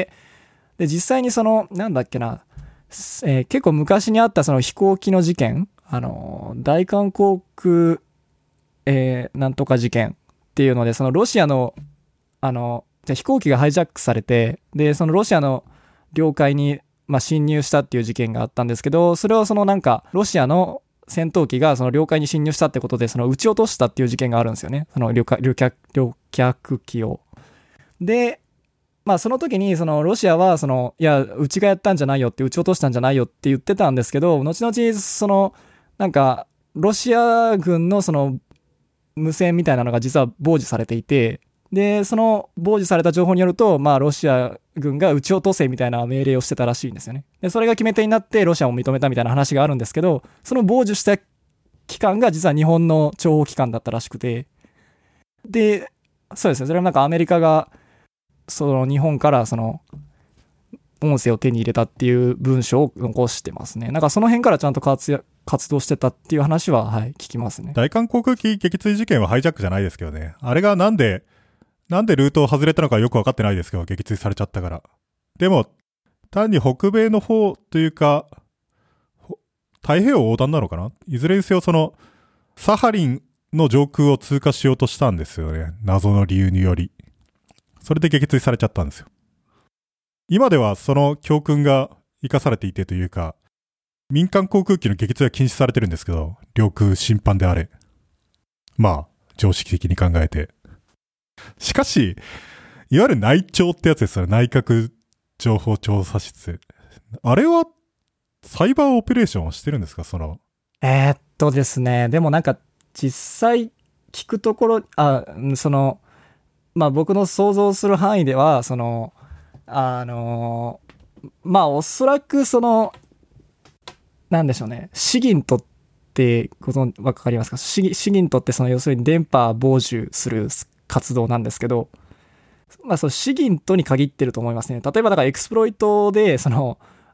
で、実際にその、なんだっけな、えー、結構昔にあったその飛行機の事件、あの、大韓航空、えー、なんとか事件っていうので、そのロシアの、あの、飛行機がハイジャックされて、で、そのロシアの領海に、まあ、侵入したっていう事件があったんですけど、それをそのなんか、ロシアの戦闘機がその領海に侵入したってことで、その撃ち落としたっていう事件があるんですよね。その旅客、旅客、旅客機を。で、まあその時にそのロシアはその、いや、うちがやったんじゃないよって、撃ち落としたんじゃないよって言ってたんですけど、後々その、なんか、ロシア軍のその、無線みたいなのが実は傍受されていて、で、その傍受された情報によると、まあロシア軍が撃ち落とせみたいな命令をしてたらしいんですよね。で、それが決め手になってロシアを認めたみたいな話があるんですけど、その傍受した機関が実は日本の諜報機関だったらしくて、で、そうですね、それはなんかアメリカが、その日本からその、音声を手に入れたっていう文章を残してますね。なんかその辺からちゃんと活躍、活動してたっていう話は、はい、聞きますね。 大韓航空機撃墜事件はハイジャックじゃないですけどね。あれがなんで、なんでルートを外れたのかよくわかってないですけど、撃墜されちゃったから。でも、単に北米の方というか、太平洋横断なのかな？いずれにせよその、サハリンの上空を通過しようとしたんですよね。謎の理由により。それで撃墜されちゃったんですよ。今ではその教訓が生かされていてというか、民間航空機の撃墜は禁止されてるんですけど、領空侵犯であれ。まあ、常識的に考えて。しかし、いわゆる内調ってやつですよね。内閣情報調査室。あれは、サイバーオペレーションをしてるんですか？その。 えー、っとですね、でもなんか、実際聞くところ、あ、その、まあ僕の想像する範囲では、その、あの、まあおそらくその、なんでしょうね、シギントってご存知、わかりますか？シギ、シギントってその要するに電波傍受する活動なんですけど、まあそう、シギントに限ってると思いますね。例えばだからエクスプロイトで、その、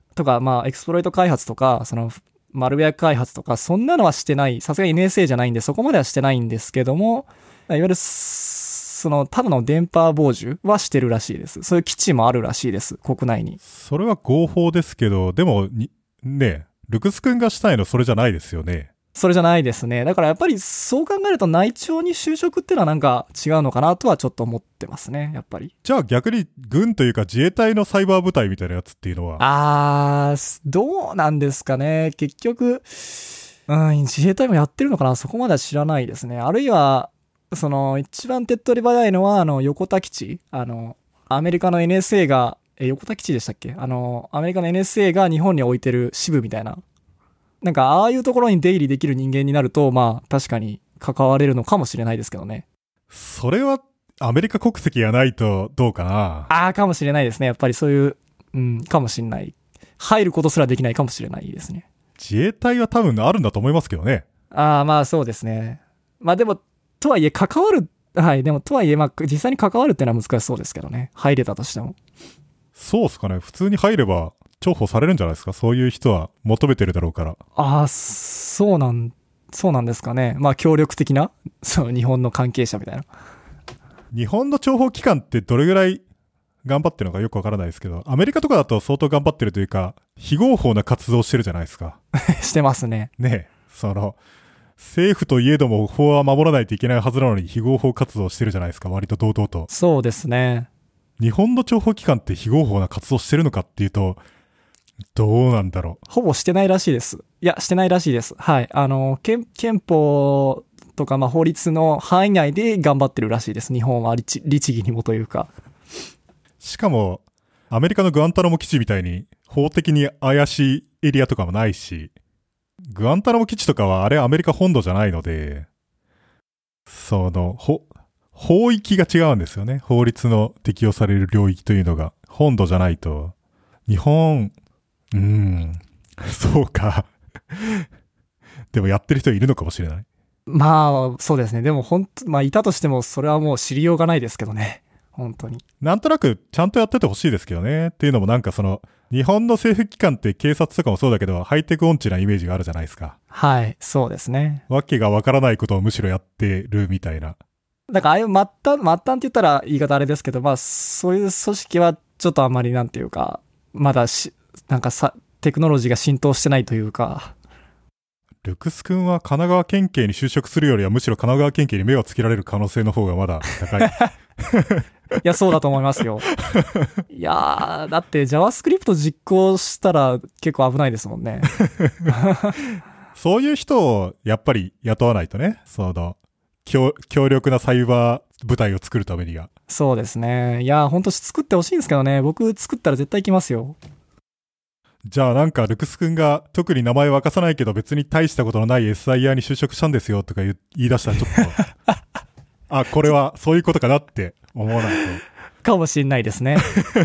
とか、まあ、エクスプロイト開発とか、その、マルウェア開発とか、そんなのはしてない。さすがに エヌエスエー じゃないんで、そこまではしてないんですけども、いわゆる、その、ただの電波傍受はしてるらしいです。そういう基地もあるらしいです、国内に。 それは合法ですけど、でも、に、ね、ルクス君がしたいのそれじゃないですよね。 それじゃないですね。だからやっぱりそう考えると内調に就職っていうのはなんか違うのかなとはちょっと思ってますね、やっぱり。 じゃあ逆に軍というか自衛隊のサイバー部隊みたいなやつっていうのはあー、どうなんですかね。結局、うん、自衛隊もやってるのかな、そこまでは知らないですね。あるいは、その一番手っ取り早いのはあの横田基地、あの、アメリカの エヌエスエー が、え、横田基地でしたっけ？あの、アメリカの エヌエスエー が日本に置いてる支部みたいな。なんか、ああいうところに出入りできる人間になると、まあ、確かに関われるのかもしれないですけどね。 それは、アメリカ国籍がないとどうかな。 ああ、かもしれないですね。やっぱりそういう、うん、かもしれない。入ることすらできないかもしれないですね。 自衛隊は多分あるんだと思いますけどね。 ああ、まあそうですね。まあでも、とはいえ関わる、はい、でもとはいえ、まあ実際に関わるっていうのは難しそうですけどね。入れたとしても。 そうっすかね。普通に入れば、重宝されるんじゃないですか。そういう人は求めてるだろうから。 ああ、そうなん、そうなんですかね。まあ協力的な、そう、日本の関係者みたいな。 日本の諜報機関ってどれぐらい頑張ってるのかよくわからないですけど、アメリカとかだと相当頑張ってるというか、非合法な活動してるじゃないですか。 してますね。 ねえ、その、政府といえども法は守らないといけないはずなのに非合法活動してるじゃないですか。割と堂々と。 そうですね。 日本の諜報機関って非合法な活動してるのかっていうと、どうなんだろう。 ほぼしてないらしいです。いや、してないらしいです。はい。あの、憲、憲法とか、まあ、法律の範囲内で頑張ってるらしいです。日本は律、律儀にもというか。 しかも、アメリカのグアンタナモ基地みたいに、法的に怪しいエリアとかもないし、グアンタナモ基地とかはあれアメリカ本土じゃないので、その、ほ、法域が違うんですよね。法律の適用される領域というのが、本土じゃないと、日本、うーん、そうか。でもやってる人いるのかもしれない。 まあ、そうですね。でも本当、まあ、いたとしても、それはもう知りようがないですけどね。本当に。 なんとなく、ちゃんとやっててほしいですけどね。っていうのもなんかその、日本の政府機関って警察とかもそうだけど、ハイテク音痴なイメージがあるじゃないですか。 はい、そうですね。 わけがわからないことをむしろやってるみたいな。 だから、ああいう末端、末端って言ったら言い方あれですけど、まあ、そういう組織はちょっとあんまりなんていうか、まだし、なんかさ、テクノロジーが浸透してないというか。 ルクス君は神奈川県警に就職するよりはむしろ神奈川県警に目をつけられる可能性の方がまだ高い。 いや、そうだと思いますよ。いやー、だって JavaScript 実行したら結構危ないですもんね。 そういう人をやっぱり雇わないとね、その、強、強力なサイバー部隊を作るためには。 そうですね。いやー、ほんと作ってほしいんですけどね。僕作ったら絶対行きますよ。 じゃあなんかルクス君が特に名前は明かさないけど別に大したことのない エスアイアール に就職したんですよとか言い出したらちょっと、あ、これはそういうことかなって思わないと。 かもしんないですね。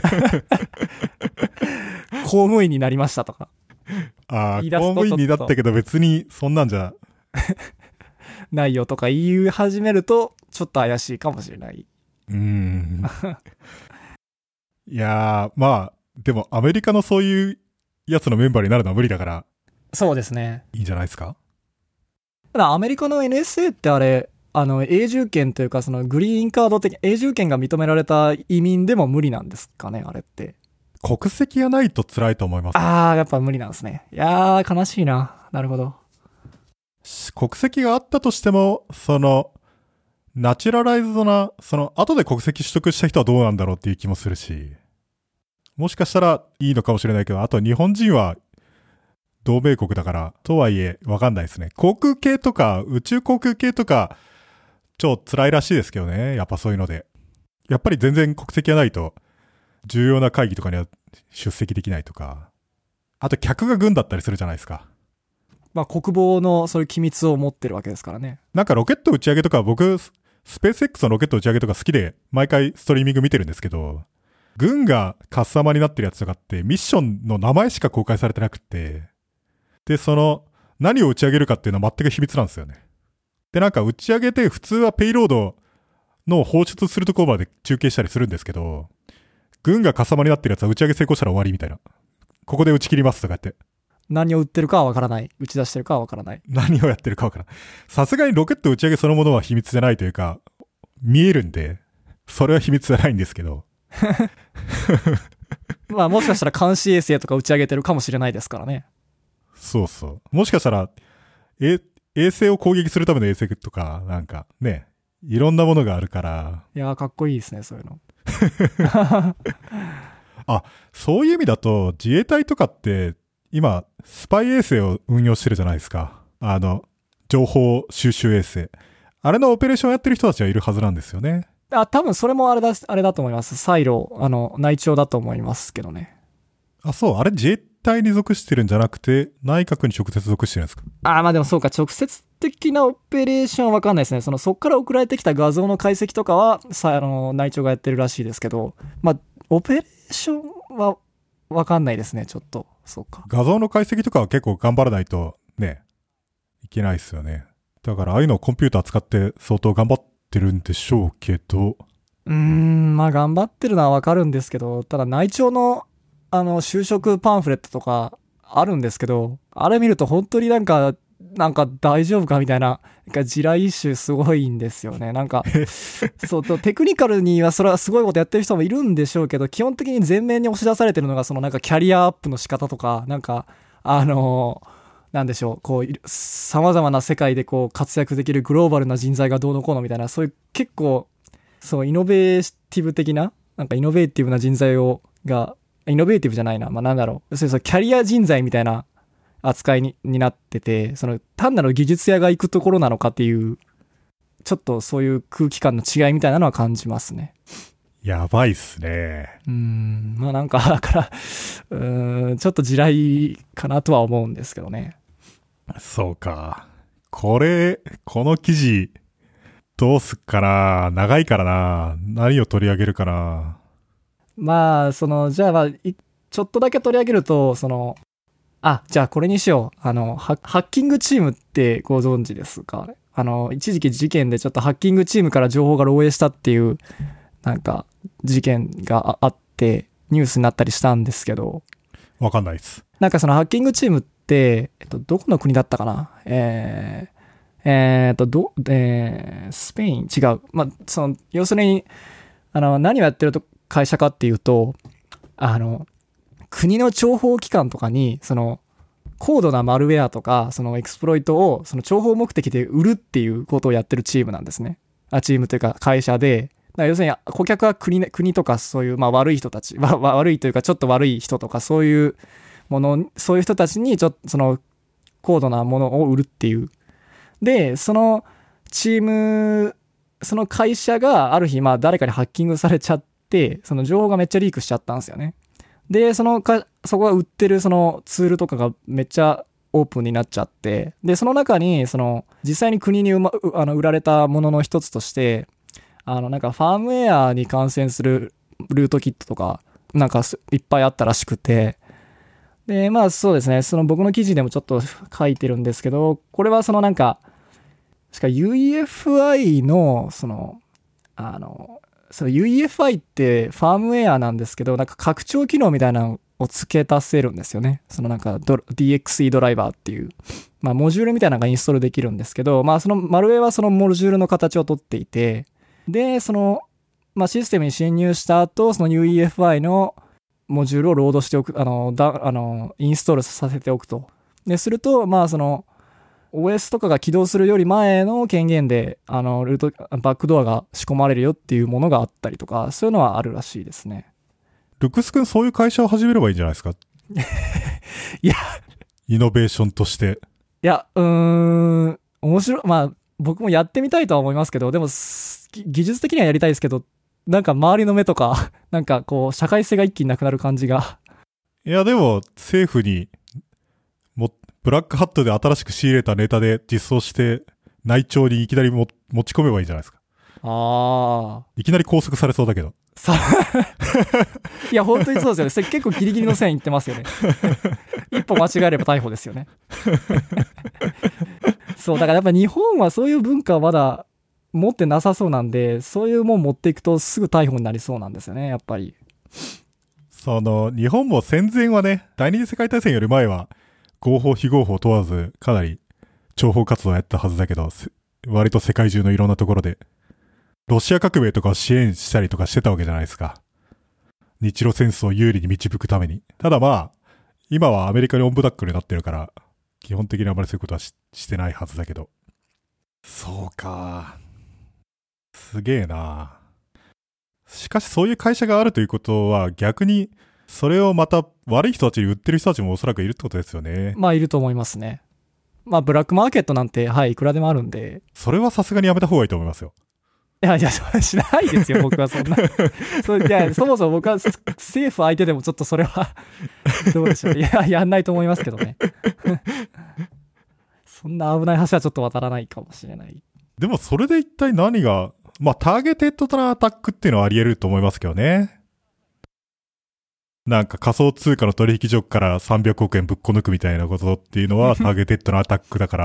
公務員になりましたとか。 ああ、公務員になったけど別にそんなんじゃないよとか言い始めるとちょっと怪しいかもしれない。 うーん。いやー、まあ、でもアメリカのそういうやつのメンバーになるのは無理だから。 そうですね。 いいんじゃないですか？ ただアメリカの エヌエスエー ってあれ、あの、永住権というかそのグリーンカード的、永住権が認められた移民でも無理なんですかね、あれって。 国籍がないと辛いと思います。 あー、やっぱ無理なんですね。いやー、悲しいな。なるほど。 国籍があったとしても、その、ナチュラライズドな、その、後で国籍取得した人はどうなんだろうっていう気もするし、もしかしたらいいのかもしれないけど、あと日本人は同盟国だから、とはいえわかんないですね。航空系とか、宇宙航空系とか、超辛いらしいですけどね。やっぱそういうので。やっぱり全然国籍がないと、重要な会議とかには出席できないとか、あと客が軍だったりするじゃないですか。 まあ国防のそういう機密を持ってるわけですからね。 なんかロケット打ち上げとか僕、スペース X のロケット打ち上げとか好きで毎回ストリーミング見てるんですけど、軍がカスタマになってるやつとかってミッションの名前しか公開されてなくって、で、その何を打ち上げるかっていうのは全く秘密なんですよね。で、なんか打ち上げて普通はペイロードの放出するところまで中継したりするんですけど、軍がカスタマになってるやつは打ち上げ成功したら終わりみたいな。 ここで打ち切りますとかって。 何を売ってるかはわからない。打ち出してるかはわからない。 何をやってるかわからない。さすがにロケット打ち上げそのものは秘密じゃないというか、見えるんで、それは秘密じゃないんですけど。 まあもしかしたら監視衛星とか打ち上げてるかもしれないですからね。 そうそう。もしかしたら、え、衛星を攻撃するための衛星とか、なんかね、いろんなものがあるから。 いやーかっこいいですね、そういうの。 あ、そういう意味だと自衛隊とかって今スパイ衛星を運用してるじゃないですか。あの情報収集衛星、あれのオペレーションやってる人たちはいるはずなんですよね。 あ、多分それもあれだあれだと思います。サイロ、あの内調だと思いますけどね。 あ、そう、あれ自衛隊に属してるんじゃなくて内閣に直接属してるんですか。 あ、まあでもそうか、直接的なオペレーションは分かんないですね。そのそっから送られてきた画像の解析とかはさあの内調がやってるらしいですけど、まあオペレーションは分かんないですね。ちょっとそうか。 画像の解析とかは結構頑張らないとねいけないですよね。だからああいうのをコンピューター使って相当頑張ってるんでしょうけど、 うーん、まあ頑張ってるのは分かるんですけど、ただ内調のあの就職パンフレットとかあるんですけど、あれ見ると本当になんかなんか大丈夫かみたいな、なんか地雷臭すごいんですよね。なんかそうとテクニカルにはそれはすごいことやってる人もいるんでしょうけど、基本的に前面に押し出されてるのがそのなんかキャリアアップの仕方とか、なんかあのー、なんでしょう、こう様々な世界でこう活躍できるグローバルな人材がどうのこうのみたいな、そういう結構そうイノベーティブ的な、なんかイノベーティブな人材をがイノベーティブじゃないな、まあなんだろう、そうそうキャリア人材みたいな扱い に, になってて、その単なる技術屋が行くところなのかっていうちょっとそういう空気感の違いみたいなのは感じますね。 やばいっすね。 うーん、まあなんかだからうーんちょっと地雷かなとは思うんですけどね。 そうか。これこの記事どうすっかな。長いからな。何を取り上げるかな。 まあそのじゃあ、まあ、ちょっとだけ取り上げると、そのあ、じゃあこれにしよう。あの、ハッキングチームってご存知ですか？あの、一時期事件でちょっとハッキングチームから情報が漏洩したっていう、なんか、事件があって、ニュースになったりしたんですけど。 わかんないです。 なんかそのハッキングチームって、えっと、どこの国だったかな？えー、えー、っと、ど、えー、スペイン違う。まあ、その、要するに、あの、何をやってる会社かっていうと、あの、国の諜報機関とかにその高度なマルウェアとかそのエクスプロイトをその諜報目的で売るっていうことをやってるチームなんですね。あ、チームというか会社で、だから要するに顧客は 国, 国とかそういうまあ悪い人たち、悪いというかちょっと悪い人とかそういうもの、そういう人たちにちょっとその高度なものを売るっていう。で、そのチーム、その会社がある日まあ誰かにハッキングされちゃって、その情報がめっちゃリークしちゃったんですよね。で、そのか、そこが売ってるそのツールとかがめっちゃオープンになっちゃって、で、その中に、その、実際に国にうま、あの売られたものの一つとして、あの、なんかファームウェアに感染するルートキットとか、なんかいっぱいあったらしくて、で、まあそうですね、その僕の記事でもちょっと書いてるんですけど、これはそのなんか、しか ユーイーエフアイ の、その、あの、その ユーイーエフアイ ってファームウェアなんですけど、なんか拡張機能みたいなのを付け足せるんですよね。そのなんか ディーエックスイー ドライバーっていう、まあモジュールみたいなのがインストールできるんですけど、まあそのマルウェアはそのモジュールの形をとっていて、で、その、まあシステムに侵入した後、その ユーイーエフアイ のモジュールをロードしておく、あの、だ、あの、インストールさせておくと。で、すると、まあその、オーエス とかが起動するより前の権限で、あの、ルート、バックドアが仕込まれるよっていうものがあったりとか、そういうのはあるらしいですね。 ルクス君、そういう会社を始めればいいんじゃないですか？ いや。 イノベーションとして。 いや、うーん、面白い。まあ、僕もやってみたいとは思いますけど、でも、技術的にはやりたいですけど、なんか周りの目とか、なんかこう、社会性が一気になくなる感じが。 いや、でも、政府に、も、ブラックハットで新しく仕入れたネタで実装して内調にいきなりも持ち込めばいいじゃないですか。 ああ。 いきなり拘束されそうだけど。 さいや本当にそうですよね。結構ギリギリの線いってますよね。一歩間違えれば逮捕ですよね。そうだからやっぱ日本はそういう文化はまだ持ってなさそうなんで、そういうもん持っていくとすぐ逮捕になりそうなんですよね、やっぱり。 その、日本も戦前はね、第二次世界大戦より前は、合法非合法問わず、かなり、諜報活動をやったはずだけど、割と世界中のいろんなところで、ロシア革命とかを支援したりとかしてたわけじゃないですか。日露戦争を有利に導くために。ただまあ、今はアメリカにオンブダックルになってるから、基本的にあまりそういうことは し, してないはずだけど。そうか。すげえな。しかしそういう会社があるということは逆にそれをまた悪い人たちに売ってる人たちもおそらくいるってことですよね。 まあいると思いますね。まあブラックマーケットなんてはいいくらでもあるんで。 それはさすがにやめた方がいいと思いますよ。 いやいや、しないですよ、僕はそんな。そ, いやそもそも僕は政府相手でもちょっとそれはどうでしょう。いや、やんないと思いますけどね。そんな危ない橋はちょっと渡らないかもしれない。 でもそれで一体何が、まあターゲテッドなアタックっていうのはあり得ると思いますけどね。なんか仮想通貨の取引所からさんびゃくおくえんぶっこ抜くみたいなことっていうのはターゲテッドなアタックだから。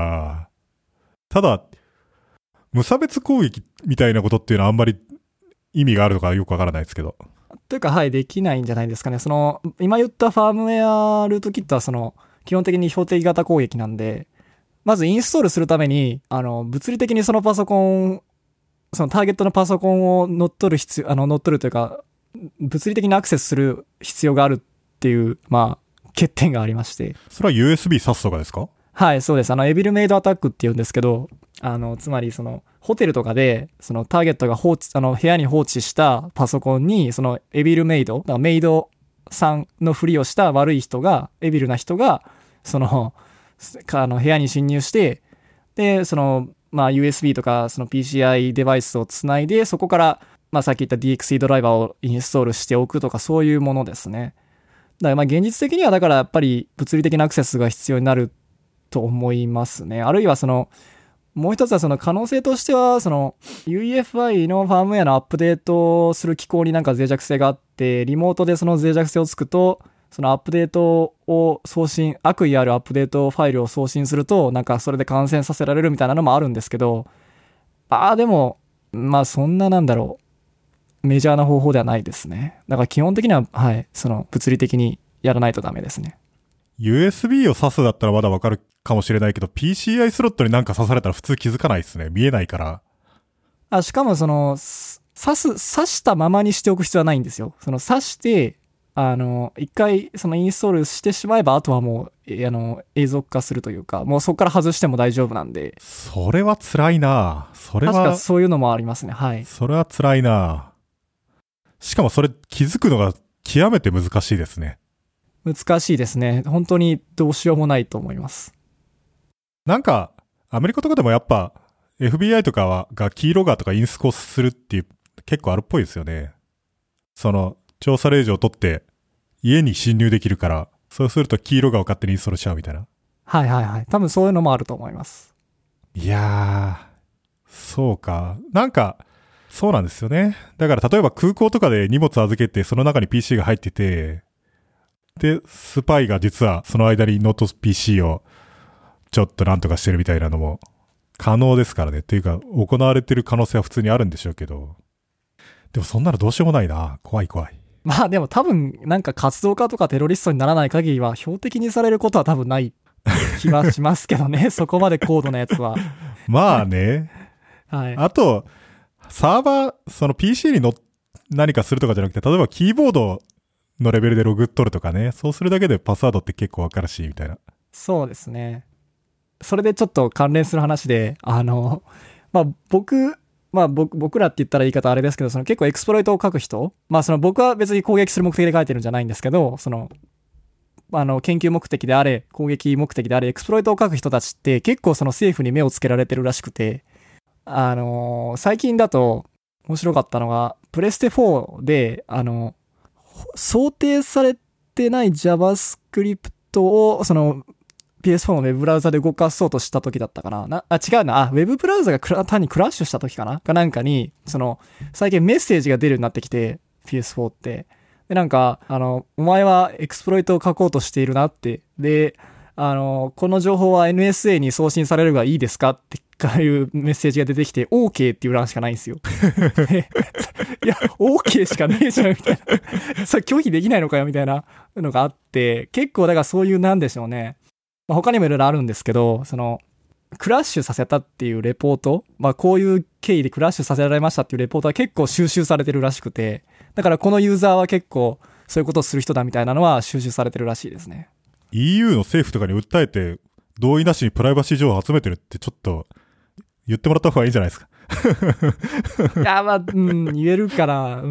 ただ、無差別攻撃みたいなことっていうのはあんまり意味があるのかよくわからないですけど。 というか、はい、できないんじゃないですかね。その、今言ったファームウェアルートキットはその、基本的に標的型攻撃なんで、まずインストールするために、あの、物理的にそのパソコン、そのターゲットのパソコンを乗っ取る必要、あの、乗っ取るというか、物理的にアクセスする必要があるっていう、まあ、欠点がありまして。 それは ユーエスビー 挿すとかですか？ はい、そうです。あの、エビルメイドアタックって言うんですけど、あの、つまりその、ホテルとかで、そのターゲットが放置、あの、部屋に放置したパソコンに、その、エビルメイド、だからメイドさんのふりをした悪い人が、エビルな人が、その、あの、部屋に侵入して、で、その、まあ、ユーエスビー とか、その ピーシーアイ デバイスをつないで、そこから、まあ、さっき言った ディーエックスイー ドライバーをインストールしておくとか、そういうものですね。だから、まあ、現実的には、だからやっぱり物理的なアクセスが必要になると思いますね。あるいはその、もう一つはその可能性としては、その ユーイーエフアイ のファームウェアのアップデートをする機構になんか脆弱性があって、リモートでその脆弱性をつくと、そのアップデートを送信、悪意あるアップデートファイルを送信すると、なんかそれで感染させられるみたいなのもあるんですけど、ああ、でも、まあそんななんだろう、メジャーな方法ではないですね。だから基本的には、はい、その物理的にやらないとダメですね。 ユーエスビー を挿すだったらまだわかるかもしれないけど、ピーシーアイ スロットになんか挿されたら普通気づかないですね。見えないから。 あ、しかもその、挿す、挿したままにしておく必要はないんですよ。その挿して、あの、一回そのインストールしてしまえば、あとはもう、あの、永続化するというか、もうそこから外しても大丈夫なんで。 それは辛いな。それは。 確かそういうのもありますね。はい。 それは辛いな。しかもそれ気づくのが極めて難しいですね。 難しいですね。本当にどうしようもないと思います。 なんか、アメリカとかでもやっぱ エフビーアイ とかはがキーロガーとかインスコするっていう結構あるっぽいですよね。その調査令状を取って家に侵入できるから、そうするとキーロガーを勝手にインストールしちゃうみたいな。 はいはいはい。多分そういうのもあると思います。 いやー、そうか。なんか、そうなんですよね。だから例えば空港とかで荷物預けてその中に ピーシー が入ってて、で、スパイが実はその間にノート ピーシー をちょっとなんとかしてるみたいなのも可能ですからね。っていうか、行われてる可能性は普通にあるんでしょうけど。でもそんなのどうしようもないな。怖い怖い。 まあでも多分、なんか活動家とかテロリストにならない限りは、標的にされることは多分ない気はしますけどね。そこまで高度なやつは。 まあね。 はい。 あと、サーバー、その ピーシー にの何かするとかじゃなくて、例えばキーボードのレベルでログ取るとかね。そうするだけでパスワードって結構わかるし、みたいな。 そうですね。それでちょっと関連する話で、あの、まあ僕、まあ僕、僕らって言ったら言い方あれですけど、その結構エクスプロイトを書く人、まあその僕は別に攻撃する目的で書いてるんじゃないんですけど、その、あの、研究目的であれ、攻撃目的であれ、エクスプロイトを書く人たちって結構その政府に目をつけられてるらしくて、あの、最近だと面白かったのが、プレステフォーで、あの、想定されてない JavaScript を、その、ピーエスフォー のウェブブラウザで動かそうとした時だったかな。なあ、違うな。あ、ウェブブラウザがクラ単にクラッシュした時かなかなんかに、その、最近メッセージが出るようになってきて、ピーエスフォー って。で、なんか、あの、お前はエクスプロイトを書こうとしているなって。で、あの、この情報は エヌエスエー に送信されるがいいですかってかいうメッセージが出てきて OK っていう欄しかないんですよ。いや OK しかねえじゃんみたいな。それ拒否できないのかよみたいなのがあって、結構だからそういうなんでしょうね。まあ、他にもいろいろあるんですけど、そのクラッシュさせたっていうレポート、まあこういう経緯でクラッシュさせられましたっていうレポートは結構収集されてるらしくて、だからこのユーザーは結構そういうことをする人だみたいなのは収集されてるらしいですね。 イーユー の政府とかに訴えて同意なしにプライバシー情報を集めてるってちょっと言ってもらった方がいいんじゃないですか。 いやまあ、うん、言えるから、うん、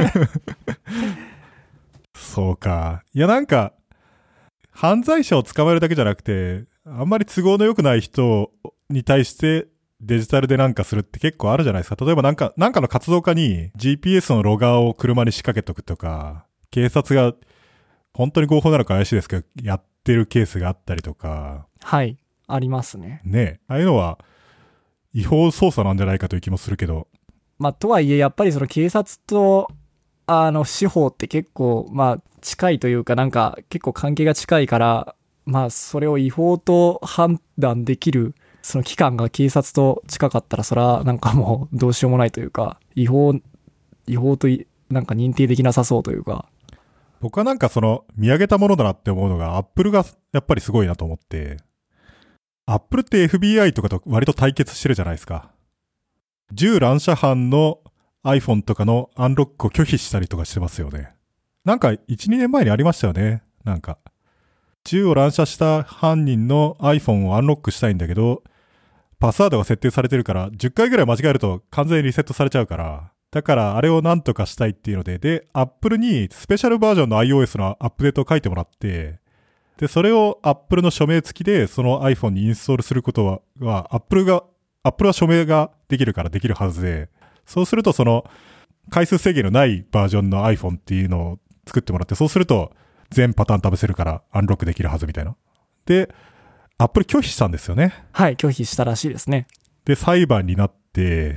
そうか。いやなんか犯罪者を捕まえるだけじゃなくて、あんまり都合の良くない人に対してデジタルでなんかするって結構あるじゃないですか。例えばなんかなんかの活動家に ジーピーエス のロガーを車に仕掛けとくとか、警察が本当に合法なのか怪しいですけどやってるケースがあったりとか。 はい、ありますね。 ねえ、ああいうのは違法捜査なんじゃないかという気もするけど。 まあとはいえやっぱりその警察とあの司法って結構まあ近いというかなんか結構関係が近いから、まあそれを違法と判断できるその機関が警察と近かったらそれはなんかもうどうしようもないというか、違法違法となんか認定できなさそうというか。 僕はなんかその見上げたものだなって思うのがアップルがやっぱりすごいなと思って、アップルって エフビーアイ とかと割と対決してるじゃないですか。銃乱射犯の iPhone とかのアンロックを拒否したりとかしてますよね。なんか いち、にねんまえにありましたよね。なんか銃を乱射した犯人の iPhone をアンロックしたいんだけど、パスワードが設定されてるからじゅっかいぐらい間違えると完全にリセットされちゃうから、だからあれをなんとかしたいっていうので、で、Apple にスペシャルバージョンの iOS のアップデートを書いてもらって、で、それを Apple の署名付きでその iPhone にインストールすることは、は Apple が、Apple は署名ができるからできるはずで、そうするとその回数制限のないバージョンの iPhone っていうのを作ってもらって、そうすると全パターン試せるからアンロックできるはずみたいな。で、Apple 拒否したんですよね。 はい、拒否したらしいですね。 で、裁判になって、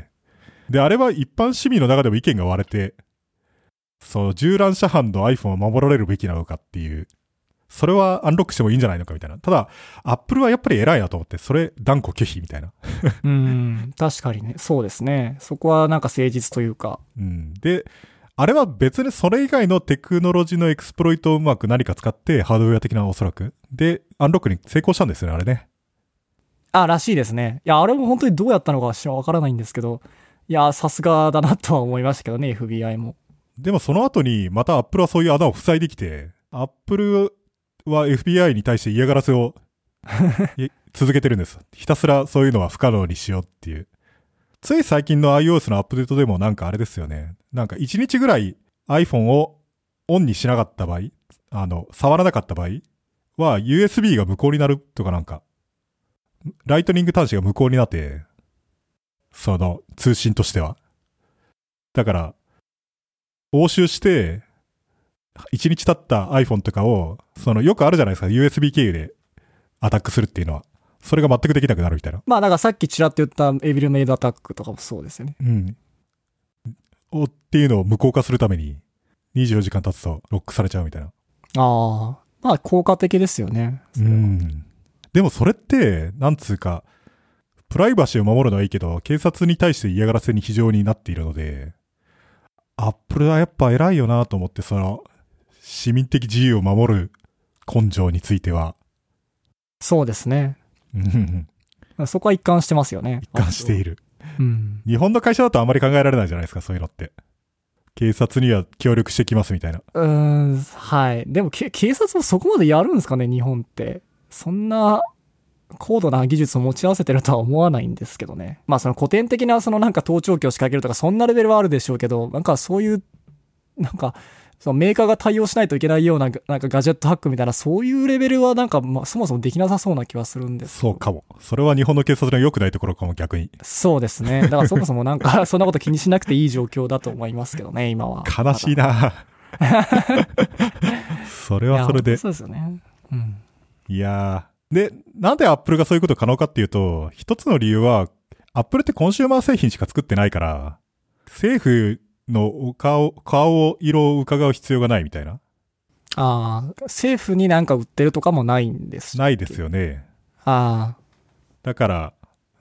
で、あれは一般市民の中でも意見が割れて、その銃乱射犯の iPhone を守られるべきなのかっていう、それはアンロックしてもいいんじゃないのかみたいな。ただ、Apple はやっぱり偉いなと思って、それ断固拒否みたいな。 うーん、確かにね、そうですね。そこはなんか誠実というか。 うん。で、あれは別にそれ以外のテクノロジーのエクスプロイトをうまく何か使って、ハードウェア的なおそらく。で、アンロックに成功したんですよね、あれね。 あ、らしいですね。いや、あれも本当にどうやったのかはわからないんですけど、いや、さすがだなとは思いましたけどね、エフビーアイ も。 でもその後に、また Apple はそういう穴を塞いできて、Apple は エフビーアイ に対して嫌がらせを続けてるんです。ひたすらそういうのは不可能にしようっていう。つい最近の iOS のアップデートでもなんかあれですよね。なんかいちにちぐらい iPhone をオンにしなかった場合、あの、触らなかった場合は ユーエスビー が無効になるとかなんか、ライトニング端子が無効になって、その通信としては。だから、押収して、いちにち経った iPhone とかを、そのよくあるじゃないですか、ユーエスビー 経由でアタックするっていうのは。それが全くできなくなるみたいな。 まあ、だからさっきちらっと言ったエビルメイドアタックとかもそうですよね。 うん。おっていうのを無効化するために、にじゅうよじかん経つとロックされちゃうみたいな。 ああ、まあ効果的ですよね。 うん。でもそれって、なんつうか、プライバシーを守るのはいいけど、警察に対して嫌がらせに非常になっているので、アップルはやっぱ偉いよなと思って、その、市民的自由を守る根性については。 そうですね。そこは一貫してますよね。 一貫している。 うん。 日本の会社だとあまり考えられないじゃないですか、そういうのって。警察には協力してきますみたいな。 うーん、はい。でもけ警察もそこまでやるんですかね、日本って。そんな高度な技術を持ち合わせてるとは思わないんですけどね。まあその古典的なそのなんか盗聴器を仕掛けるとかそんなレベルはあるでしょうけど、なんかそういう、なんか、そのメーカーが対応しないといけないような、なんかガジェットハックみたいな、そういうレベルはなんか、まあ、そもそもできなさそうな気はするんです。 そうかも。それは日本の警察の良くないところかも、逆に。 そうですね。だからそもそもなんか、そんなこと気にしなくていい状況だと思いますけどね、今は。 悲しいなそれはそれで。 そうですよね。うん。 いやー。で、なんでアップルがそういうこと可能かっていうと、一つの理由は、アップルってコンシューマー製品しか作ってないから、政府の顔、顔色を伺う必要がないみたいな。 ああ、政府になんか売ってるとかもないんです。 ないですよね。 ああ。 だから、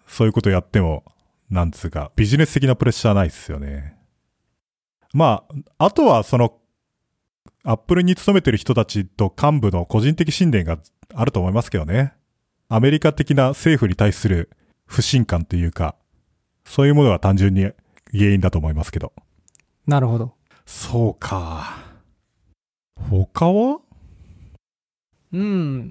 そういうことやっても、なんつうか、ビジネス的なプレッシャーないですよね。まあ、あとはその、アップルに勤めてる人たちと幹部の個人的信念があると思いますけどね。アメリカ的な政府に対する不信感というか、そういうものが単純に原因だと思いますけど。 なるほど。 そうか。他は？ うん、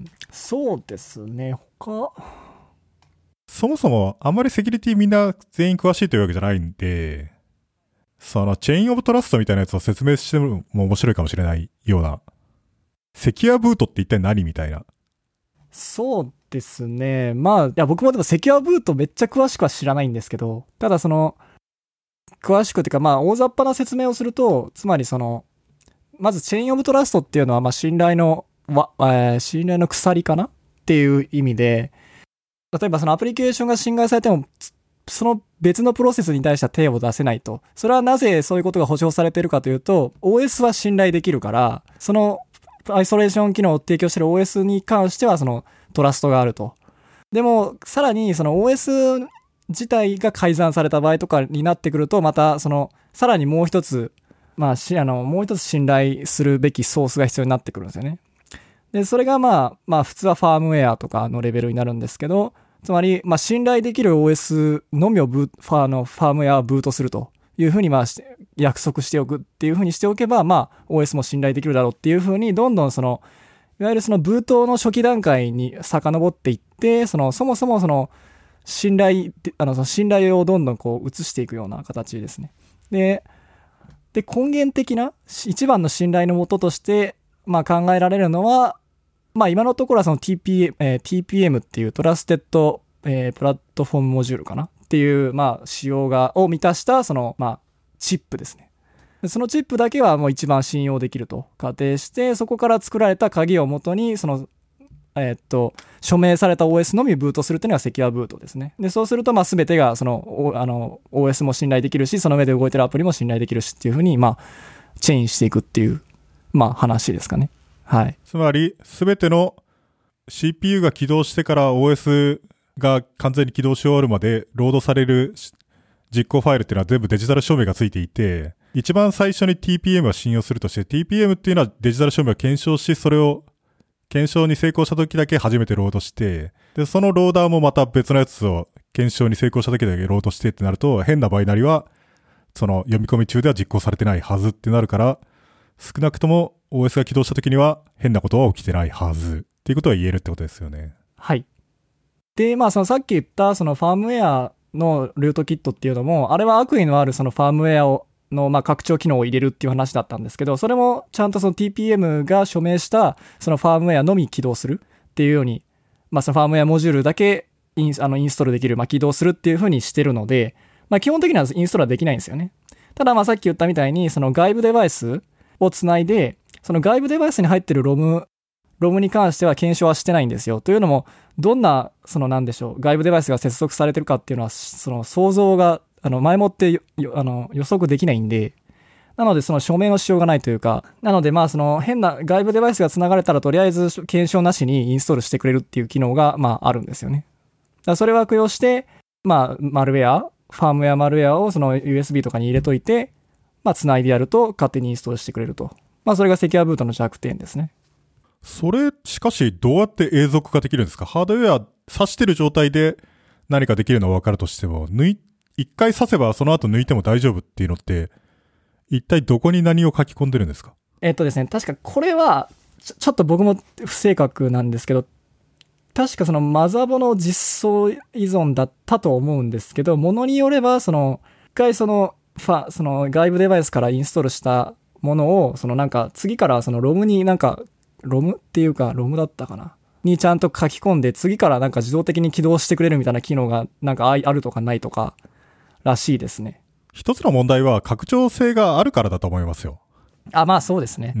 そうですね。他そもそもあんまりセキュリティみんな全員詳しいというわけじゃないんで、そのチェインオブトラストみたいなやつを説明しても面白いかもしれないような。セキュアブートって一体何みたいな。 そうですね。まあ、いや僕もでもセキュアブートめっちゃ詳しくは知らないんですけど、ただその、詳しくっていうかまあ大雑把な説明をすると、つまりその、まずチェインオブトラストっていうのはまあ信頼の、わえー、信頼の鎖かなっていう意味で、例えばそのアプリケーションが侵害されても、その別のプロセスに対しては手を出せないと。それはなぜそういうことが保証されているかというと、オーエス は信頼できるから、そのアイソレーション機能を提供している オーエス に関してはそのトラストがあると。でも、さらにその オーエス 自体が改ざんされた場合とかになってくると、またその、さらにもう一つ、まあ、しあの、もう一つ信頼するべきソースが必要になってくるんですよね。で、それがまあ、まあ普通はファームウェアとかのレベルになるんですけど、つまり、まあ信頼できる オーエス のみをブーファーのファームウェアをブートするというふうにまあ約束しておくっていうふうにしておけば、まあ オーエス も信頼できるだろうっていうふうに、どんどんその、いわゆるそのブートの初期段階に遡っていって、その、そもそもその、信頼、あの、その信頼をどんどんこう移していくような形ですね。で、で、根源的な一番の信頼のもととして、まあ考えられるのは、まあ今のところはその ティーピーエム、えー、ティーピーエム っていうトラステッド、えー、プラットフォームモジュールかなっていう、まあ仕様が、を満たしたその、まあチップですね。そのチップだけはもう一番信用できると仮定して、そこから作られた鍵をもとに、その、えー、っと、署名された オーエス のみブートするっていうのがセキュアブートですね。で、そうすると、まあ全てがその、あの、オーエス も信頼できるし、その上で動いてるアプリも信頼できるしっていうふうに、まあ、チェインしていくっていう、まあ話ですかね。はい。 つまり、すべての シーピーユー が起動してから オーエス が完全に起動し終わるまでロードされる実行ファイルっていうのは全部デジタル証明がついていて、一番最初に ティーピーエム は信用するとして、ティーピーエム っていうのはデジタル証明を検証し、それを検証に成功した時だけ初めてロードして、で、そのローダーもまた別のやつを検証に成功した時だけロードしてってなると、変なバイナリは、その読み込み中では実行されてないはずってなるから、少なくとも オーエス が起動した時には変なことは起きてないはずっていうことは言えるってことですよね。 はい。で、まあそのさっき言ったそのファームウェアのルートキットっていうのも、あれは悪意のあるそのファームウェアをのまあ拡張機能を入れるっていう話だったんですけど、それもちゃんとその ティーピーエム が署名したそのファームウェアのみ起動するっていうように、まあそのファームウェアモジュールだけインあのインストールできる、まあ起動するっていう風にしてるので、まあ基本的にはインストールはできないんですよね。ただまあさっき言ったみたいにその外部デバイスをつないで、その外部デバイスに入ってるロム、ロムに関しては検証はしてないんですよ。というのも、どんな、そのなんでしょう、外部デバイスが接続されてるかっていうのは、その想像が、あの、前もってあの予測できないんで、なのでその署名のしようがないというか、なのでまあその変な外部デバイスが繋がれたらとりあえず検証なしにインストールしてくれるっていう機能がまああるんですよね。だからそれを悪用して、まあマルウェア、ファームウェアマルウェアをその ユーエスビー とかに入れといて、まあ繋いでやると勝手にインストールしてくれると。まあそれがセキュアブートの弱点ですね。 それ、しかしどうやって永続化できるんですか？ハードウェア挿してる状態で何かできるのは分かるとしても、抜い、一回挿せばその後抜いても大丈夫っていうのって、一体どこに何を書き込んでるんですか？ えっとですね、確かこれはちょ、ちょっと僕も不正確なんですけど、確かそのマザボの実装依存だったと思うんですけど、ものによれば、その、一回その、ファ、その外部デバイスからインストールしたものを、そのなんか次からそのロムになんか、ロムっていうか、ロムだったかなにちゃんと書き込んで、次からなんか自動的に起動してくれるみたいな機能がなんかあるとかないとからしいですね。 一つの問題は拡張性があるからだと思いますよ。 あ、まあそうですね。 うん。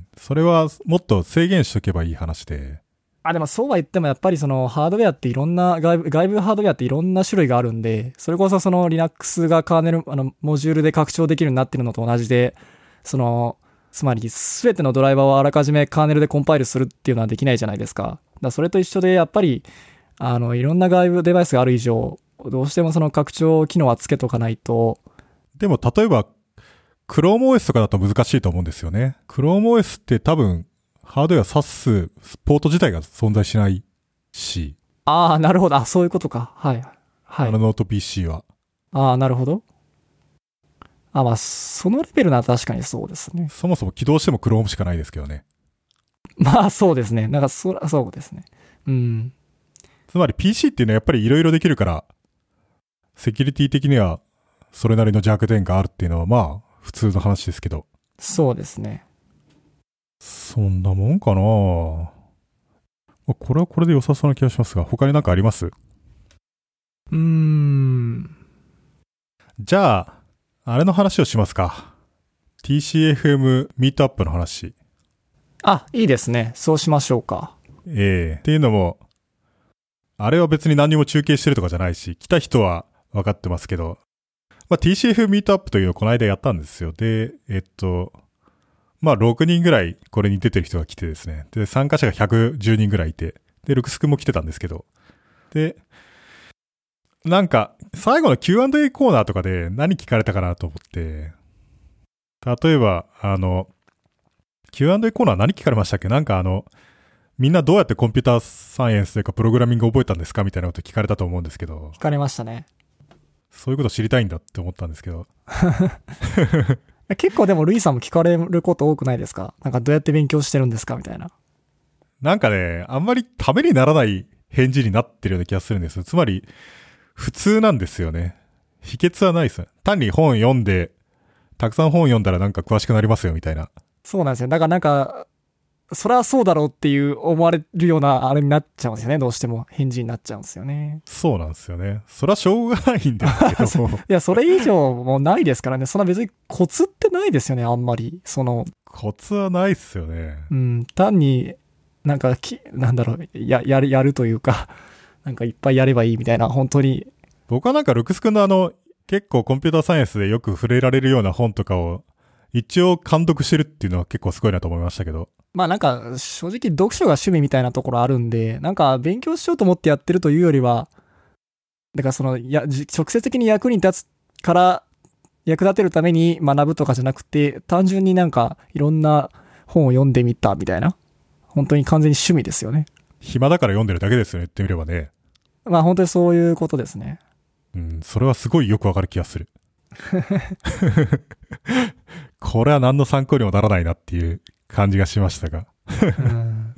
それはもっと制限しとけばいい話で。 あ、でもそうは言ってもやっぱりそのハードウェアっていろんな外部、外部ハードウェアっていろんな種類があるんで、それこそその Linux がカーネル、あの、モジュールで拡張できるようになってるのと同じで、その、つまり全てのドライバーをあらかじめカーネルでコンパイルするっていうのはできないじゃないですか。だからそれと一緒でやっぱり、あの、いろんな外部デバイスがある以上、 どうしてもその拡張機能はつけとかないと。 でも例えば ChromeOS とかだと難しいと思うんですよね。ChromeOS って多分ハードウェア挿すポート自体が存在しないし。 ああ、なるほど。あ、そういうことか。はい。はい。 あのノート ピーシー は。 ああ、なるほど。あ、まあ、そのレベルなら確かにそうですね。 そもそも起動しても Chrome しかないですけどね。 まあ、そうですね。なんか、そら、そうですね。うん。 つまり ピーシー っていうのはやっぱりいろいろできるから、セキュリティ的にはそれなりの弱点があるっていうのはまあ、普通の話ですけど。 そうですね。 そんなもんかな。これはこれで良さそうな気がしますが、他に何かあります？ うーん。 じゃあ、あれの話をしますか。ティーシーエフエム ミートアップの話。 あ、いいですね。そうしましょうか。 ええっていうのも、あれは別に何にも中継してるとかじゃないし、来た人は分かってますけど、まあ、ティーシーエフ ミートアップというのをこの間やったんですよ。で、えっと、まあ、ろくにんぐらいこれに出てる人が来てですね。で、参加者がひゃくじゅうにんぐらいいて、で、ルクス君も来てたんですけど、で、なんか、最後の キューアンドエー コーナーとかで何聞かれたかなと思って、例えば、あの、キューアンドエー コーナー何聞かれましたっけ？なんかあの、みんなどうやってコンピューターサイエンスというかプログラミングを覚えたんですかみたいなこと聞かれたと思うんですけど。 聞かれましたね。 そういうこと知りたいんだって思ったんですけど。 結構でもルイさんも聞かれること多くないですか？なんかどうやって勉強してるんですかみたいな。 なんかね、あんまりためにならない返事になってるような気がするんです。つまり、普通なんですよね。秘訣はないです。単に本読んで、たくさん本読んだらなんか詳しくなりますよみたいな。 そうなんですよ。だからなんか、それはそうだろうっていう思われるようなあれになっちゃうんですよね。どうしても返事になっちゃうんですよね。 そうなんですよね。それはしょうがないんですけど。 いや、それ以上もないですからね。そんな別にコツってないですよね、あんまり。その。 コツはないっすよね。 うん、単に、なんかき、なんだろう、や、やる、やるというか、なんかいっぱいやればいいみたいな、本当に。 僕はなんかルクス君のあの、結構コンピューターサイエンスでよく触れられるような本とかを、一応監読してるっていうのは結構すごいなと思いましたけど。 まあなんか、正直読書が趣味みたいなところあるんで、なんか勉強しようと思ってやってるというよりは、だからその、や、直接的に役に立つから、役立てるために学ぶとかじゃなくて、単純になんかいろんな本を読んでみたみたいな。本当に完全に趣味ですよね。 暇だから読んでるだけですよね、言ってみればね。 まあ本当にそういうことですね。 うん、それはすごいよくわかる気がする。これは何の参考にもならないなっていう感じがしましたが。 うん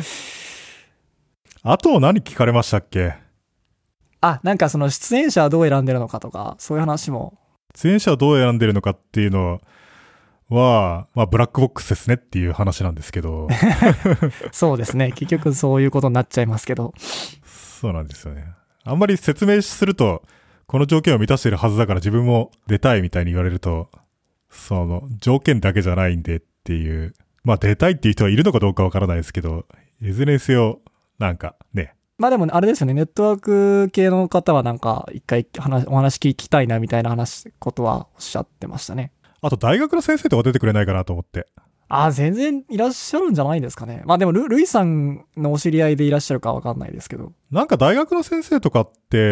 あと何聞かれましたっけ？ あ、なんかその出演者はどう選んでるのかとか、そういう話も。 出演者はどう選んでるのかっていうのは、まあブラックボックスですねっていう話なんですけど。 そうですね。結局そういうことになっちゃいますけど。 そうなんですよね。あんまり説明すると、この条件を満たしているはずだから自分も出たいみたいに言われると、その条件だけじゃないんでっていう、まあ出たいっていう人はいるのかどうかわからないですけど、いずれにせよ、なんかね。 まあでもあれですよね。ネットワーク系の方はなんか一回話お話聞きたいなみたいな話、ことはおっしゃってましたね。 あと大学の先生とか出てくれないかなと思って。 ああ、全然いらっしゃるんじゃないですかね。まあでもル、ルイさんのお知り合いでいらっしゃるかわかんないですけど。 なんか大学の先生とかって、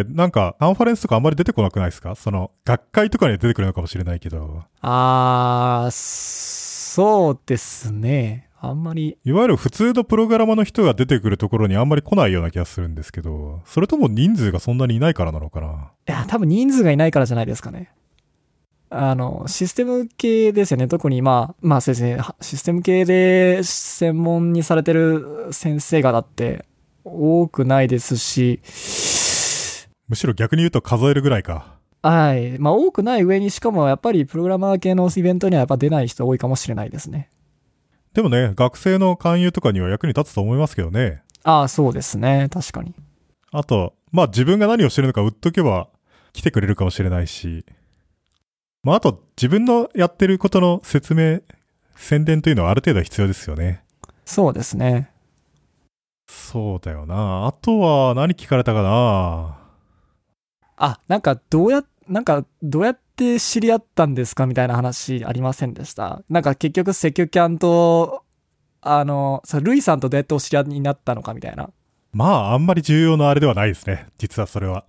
なんかカンファレンスとかあんまり出てこなくないですか？その、学会とかには出てくるのかもしれないけど。 ああ、そうですね。あんまり。 いわゆる普通のプログラマーの人が出てくるところにあんまり来ないような気がするんですけど、それとも人数がそんなにいないからなのかな？ いや、多分人数がいないからじゃないですかね。あの、システム系ですよね。特にまあ、まあそうですね。システム系で専門にされてる先生がだって多くないですし。 むしろ逆に言うと数えるぐらいか。 はい。まあ多くない上にしかもやっぱりプログラマー系のイベントにはやっぱ出ない人多いかもしれないですね。 でもね、学生の勧誘とかには役に立つと思いますけどね。 ああ、そうですね。確かに。 あと、まあ自分が何をしてるのか売っとけば来てくれるかもしれないし、まああと自分のやってることの説明、宣伝というのはある程度必要ですよね。 そうですね。 そうだよな。あとは何聞かれたかな。 あ、なんかどうや、なんかどうやって知り合ったんですかみたいな話ありませんでした？なんか結局セキュキャンと、あの、ルイさんとどうやってお知り合いになったのかみたいな。 まああんまり重要なあれではないですね。実はそれは。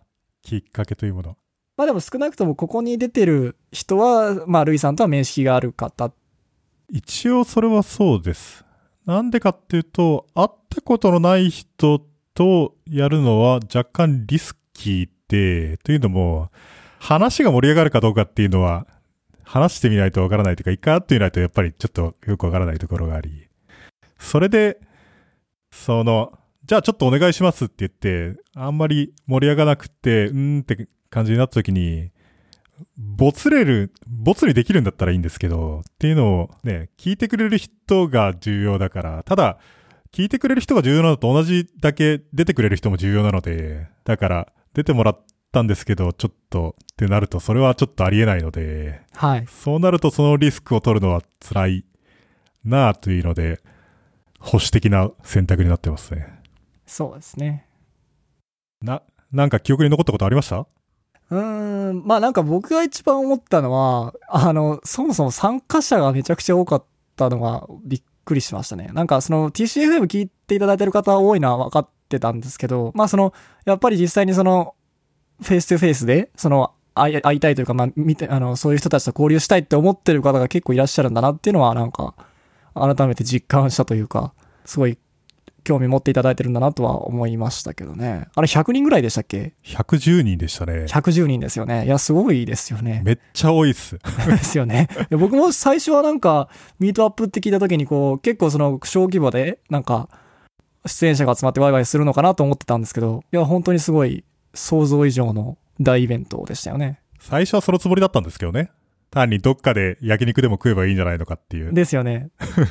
きっかけというもの。 まあでも少なくともここに出てる人は、まあルイさんとは面識がある方。 一応それはそうです。なんでかっていうと、会ったことのない人とやるのは若干リスキーで、というのも、話が盛り上がるかどうかっていうのは、話してみないとわからないというか、一回会ってみないとやっぱりちょっとよくわからないところがあり。それで、その、じゃあちょっとお願いしますって言って、あんまり盛り上がらなくて、うーんって感じになった時に、没れる、没にできるんだったらいいんですけど、っていうのをね、聞いてくれる人が重要だから、ただ、聞いてくれる人が重要なのと同じだけ出てくれる人も重要なので、だから出てもらったんですけど、ちょっとってなると、それはちょっとありえないので、 はい。 そうなるとそのリスクを取るのは辛いなあというので、保守的な選択になってますね。 そうですね。 な、なんか記憶に残ったことありました？ うーん、まあなんか僕が一番思ったのは、あの、そもそも参加者がめちゃくちゃ多かったのがびっくりしましたね。なんかその ティーシーエフエム 聞いていただいてる方多いのは分かってたんですけど、まあその、やっぱり実際にその、フェイストゥフェイスで、その、会い、会いたいというか、まあ見て、あの、そういう人たちと交流したいって思ってる方が結構いらっしゃるんだなっていうのはなんか、改めて実感したというか、すごい興味持っていただいてるんだなとは思いましたけどね。あれひゃくにんぐらいでしたっけ？ ひゃくじゅうにんでしたね。 ひゃくじゅうにんですよね。いや、すごいですよね。 めっちゃ多いっす。 ですよね。僕も最初はなんか、ミートアップって聞いた時にこう、結構その小規模で、なんか、出演者が集まってワイワイするのかなと思ってたんですけど、いや、本当にすごい想像以上の大イベントでしたよね。 最初はそのつもりだったんですけどね。単にどっかで焼肉でも食えばいいんじゃないのかっていう。 ですよね。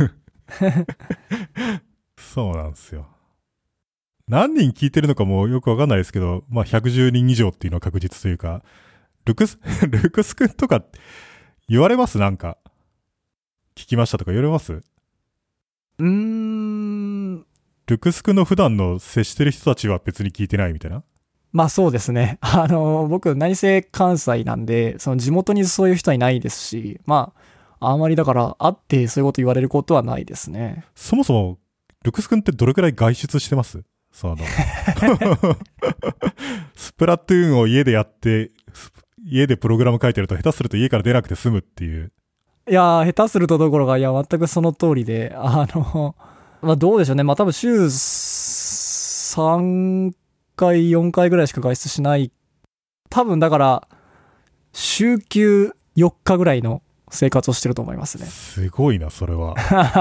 そうなんですよ。何人聞いてるのかもよくわかんないですけど、まあひゃくじゅうにん以上っていうのは確実というか、ルクス、ルクスくんとか言われます？なんか。聞きましたとか言われます？ うーん。 ルクスくんの普段の接してる人たちは別に聞いてないみたいな？ まあそうですね。あの、僕、何せ関西なんで、その地元にそういう人はいないですし、まあ、あまりだから会ってそういうこと言われることはないですね。 そもそも、ルクスくんってどれくらい外出してます？そのスプラトゥーンを家でやって、家でプログラム書いてると下手すると家から出なくて済むっていう。 いやー、下手するとどころか、いや、全くその通りで、あの、まあどうでしょうね。まあ多分週さんかい、よんかいぐらいしか外出しない。多分だから、週休よっかぐらいの生活をしてると思いますね。 すごいな、それは。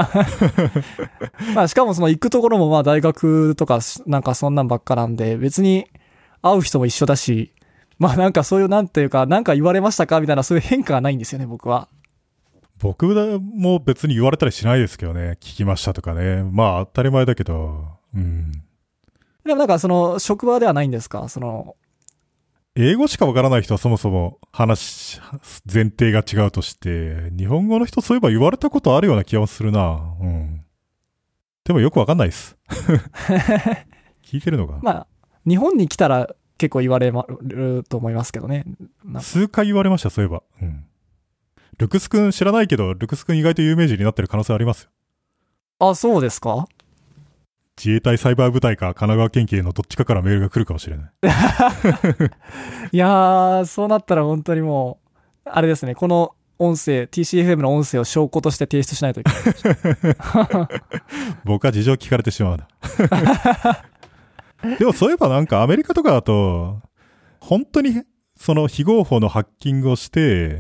まあしかもその行くところもまあ大学とかなんかそんなんばっかなんで、別に会う人も一緒だし、まあなんかそういうなんていうか、なんか言われましたかみたいなそういう変化がないんですよね、僕は。 僕も別に言われたりしないですけどね。聞きましたとかね。まあ当たり前だけど。うん。 でもなんかその職場ではないんですか？その英語しかわからない人はそもそも話、前提が違うとして、日本語の人そういえば言われたことあるような気がするな。うん。でもよくわかんないです。聞いてるのか。 まあ、日本に来たら結構言われると思いますけどね。 数回言われました、そういえば。うん。ルクスくん知らないけど、ルクスくん意外と有名人になってる可能性ありますよ。 あ、そうですか？ 自衛隊サイバー部隊か神奈川県警のどっちかからメールが来るかもしれない。 いやー、そうなったら本当にもう、あれですね、この音声、ティーシーエフエム の音声を証拠として提出しないといけない。 僕は事情聞かれてしまうな。でもそういえばなんかアメリカとかだと、本当にその非合法のハッキングをして、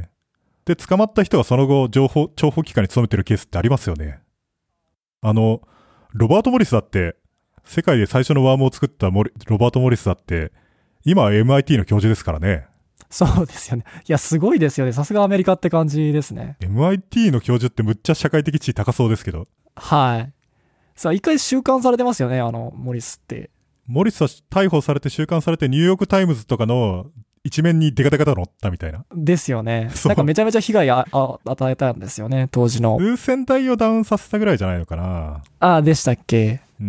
で、捕まった人がその後情報、諜報機関に勤めてるケースってありますよね。あの、ロバート・モリスだって、世界で最初のワームを作ったモリロバート・モリスだって、今は エムアイティー の教授ですからね。 そうですよね。いや、すごいですよね。さすがアメリカって感じですね。 エムアイティー の教授ってむっちゃ社会的地位高そうですけど。 はい。さあ、一回収監されてますよね、あの、モリスって。 モリスは逮捕されて収監されてニューヨークタイムズとかの一面にデカデカと載ったみたいな。 ですよね。なんかめちゃめちゃ被害ああ与えたんですよね、当時の。 数千台をダウンさせたぐらいじゃないのかな。 ああ、でしたっけ。 うん。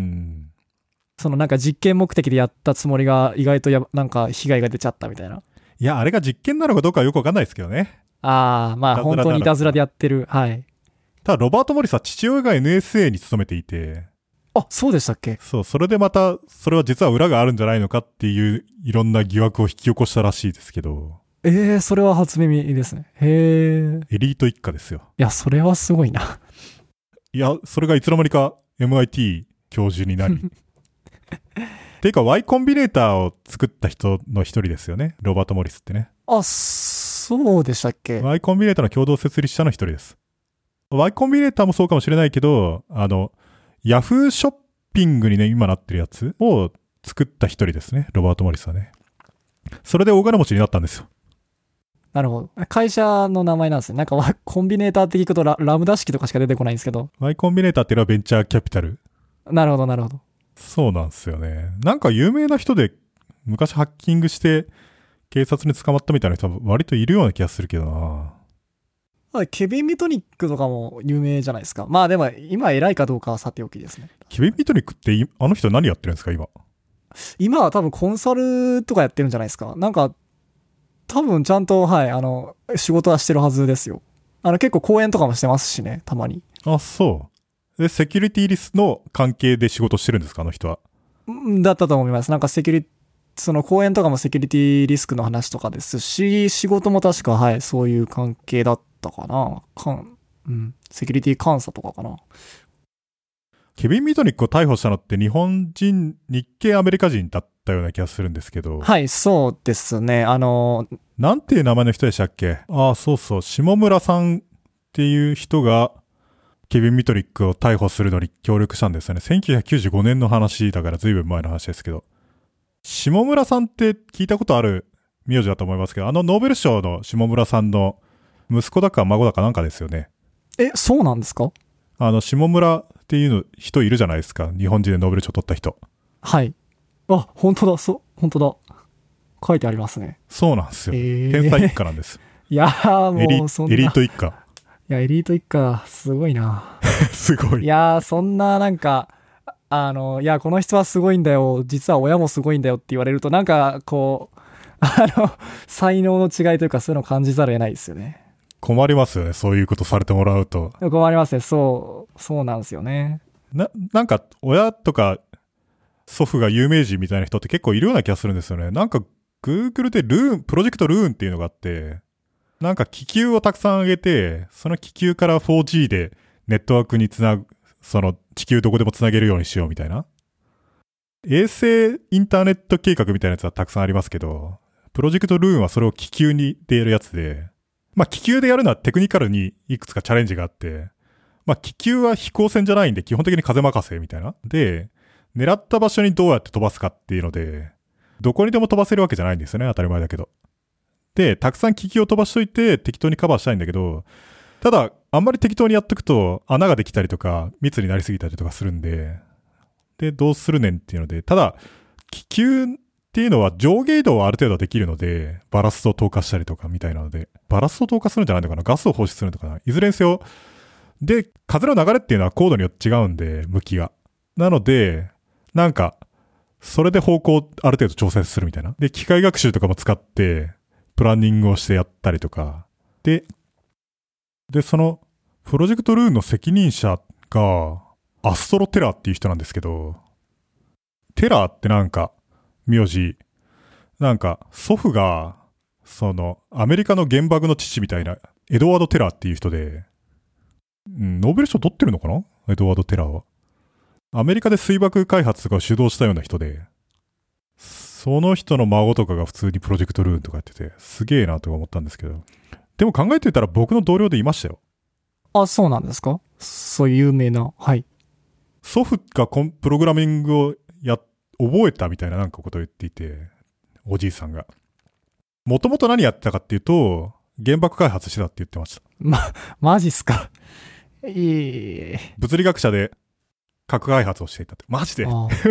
そのなんか実験目的でやったつもりが意外とやなんか被害が出ちゃったみたいな。 いや、あれが実験なのかどうかはよくわかんないですけどね。 ああ、まあ本当にいたずらでやってる。はい。 ただ、ロバート・モリスは父親が エヌエスエー に勤めていて、 あ、そうでしたっけ？ そう、それでまた、それは実は裏があるんじゃないのかっていう、いろんな疑惑を引き起こしたらしいですけど。 ええー、それは初耳ですね。へえ。 エリート一家ですよ。 いや、それはすごいな。 いや、それがいつの間にか エムアイティー 教授になり。ていうか Y コンビネーターを作った人の一人ですよね。ロバート・モリスってね。 あ、そうでしたっけ？ Y コンビネーターの共同設立者の一人です。Y コンビネーターもそうかもしれないけど、あの、ヤフーショッピングにね、今なってるやつを作った一人ですね。ロバート・モリスはね。それで大金持ちになったんですよ。 なるほど。会社の名前なんですね。なんか Y コンビネーターって聞くと ラ, ラムダ式とかしか出てこないんですけど。 Y コンビネーターっていうのはベンチャーキャピタル。 なるほど、なるほど。 そうなんですよね。なんか有名な人で昔ハッキングして警察に捕まったみたいな人は割といるような気がするけどな。 ケビン・ミトニックとかも有名じゃないですか。まあでも今偉いかどうかはさておきですね。 ケビン・ミトニックってあの人何やってるんですか今？ 今は多分コンサルとかやってるんじゃないですか。なんか多分ちゃんと、はい、あの、仕事はしてるはずですよ。あの、結構講演とかもしてますしね、たまに。 あ、そう。で、セキュリティリスの関係で仕事してるんですかあの人は。 だったと思います。なんかセキュリ、その講演とかもセキュリティリスクの話とかですし、仕事も確か、はい、そういう関係だったかな。かん、うん、セキュリティ監査とかかな。 ケビン・ミトニックを逮捕したのって日本人、日系アメリカ人だったような気がするんですけど。 はい、そうですね。あの、 なんていう名前の人でしたっけ？ああ、そうそう。下村さんっていう人が、ケビン・ミトニックを逮捕するのに協力したんですよね。せんきゅうひゃくきゅうじゅうごねんの話だから随分前の話ですけど。下村さんって聞いたことある名字だと思いますけど、あのノーベル賞の下村さんの息子だか孫だかなんかですよね。 え、そうなんですか？ あの、下村っていうの人いるじゃないですか。日本人でノーベル賞取った人。 はい。あ、本当だ、そう、本当だ。書いてありますね。 そうなんですよ。 えー、 天才一家なんです。 いやーもうそんな。 エリート一家。 いや、エリート一家、すごいな。 すごい。 いやー、そんななんか、あの、いや、この人はすごいんだよ。実は親もすごいんだよって言われると、なんか、こう、あの、才能の違いというか、そういうのを感じざるを得ないですよね。 困りますよね。そういうことされてもらうと。 困りますね。そう、そうなんですよね。 な、なんか、親とか、祖父が有名人みたいな人って結構いるような気がするんですよね。なんか、Google でルーン、プロジェクトルーンっていうのがあって、なんか気球をたくさん上げて、その気球から フォージー でネットワークにつなぐ、その地球どこでもつなげるようにしようみたいな。衛星インターネット計画みたいなやつはたくさんありますけど、プロジェクトルーンはそれを気球にでやるやつで、まあ気球でやるのはテクニカルにいくつかチャレンジがあって、まあ気球は飛行船じゃないんで基本的に風任せみたいな。で、狙った場所にどうやって飛ばすかっていうので、どこにでも飛ばせるわけじゃないんですよね。当たり前だけど。で、たくさん気球を飛ばしといて適当にカバーしたいんだけど、ただ、あんまり適当にやっとくと穴ができたりとか、密になりすぎたりとかするんで、で、どうするねんっていうので、ただ、気球っていうのは上下移動はある程度できるので、バラストを投下したりとかみたいなので、バラストを投下するんじゃないのかな？ガスを放出するのかな？いずれにせよ、で、風の流れっていうのは高度によって違うんで、向きが。なので、なんか、それで方向をある程度調整するみたいな。で、機械学習とかも使って、プランニングをしてやったりとか。で、で、その、プロジェクトルーンの責任者が、アストロテラーっていう人なんですけど、テラーってなんか、名字、なんか、祖父が、その、アメリカの原爆の父みたいな、エドワード・テラーっていう人で、うん、ノーベル賞取ってるのかな？エドワード・テラーは。アメリカで水爆開発とかを主導したような人で、その人の孫とかが普通にプロジェクトルーンとかやってて、すげえなとか思ったんですけど。でも考えてみたら僕の同僚でいましたよ。 あ、そうなんですか？そういう有名な。はい。 祖父がコンプログラミングをや、覚えたみたいななんかことを言っていて、おじいさんが。もともと何やってたかっていうと、原爆開発してたって言ってました。 ま、マジっすか？いい。 物理学者で核開発をしていたって。マジで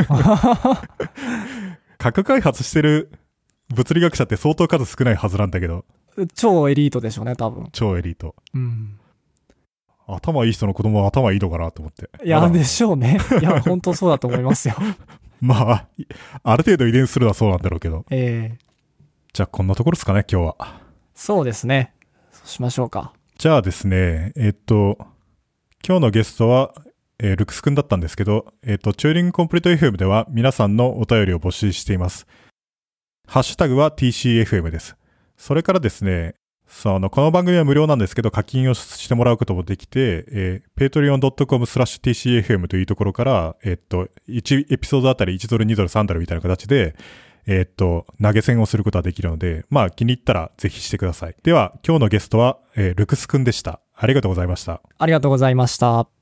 核開発してる物理学者って相当数少ないはずなんだけど。 超エリートでしょうね、多分。 超エリート。 うん。 頭いい人の子供は頭いいのかなと思って。 いや、でしょうね。いや、本当そうだと思いますよ。 まあ、ある程度遺伝するのはそうなんだろうけど。 ええー。 じゃあこんなところですかね、今日は。 そうですね。そうしましょうか。 じゃあですね、えっと、今日のゲストは、 えー、ルクスくんだったんですけど、えっと、チューリングコンプリート エフエム では皆さんのお便りを募集しています。ハッシュタグは ティーシーエフエム です。それからですね、その、この番組は無料なんですけど、課金をしてもらうこともできて、えー、ペイトリオンドットコムスラッシュティーシーエフエム というところから、えっと、いちエピソードあたりいちドル、にドル、さんドルみたいな形で、えっと、投げ銭をすることができるので、まあ気に入ったらぜひしてください。では、今日のゲストは、えー、ルクスくんでした。ありがとうございました。 ありがとうございました。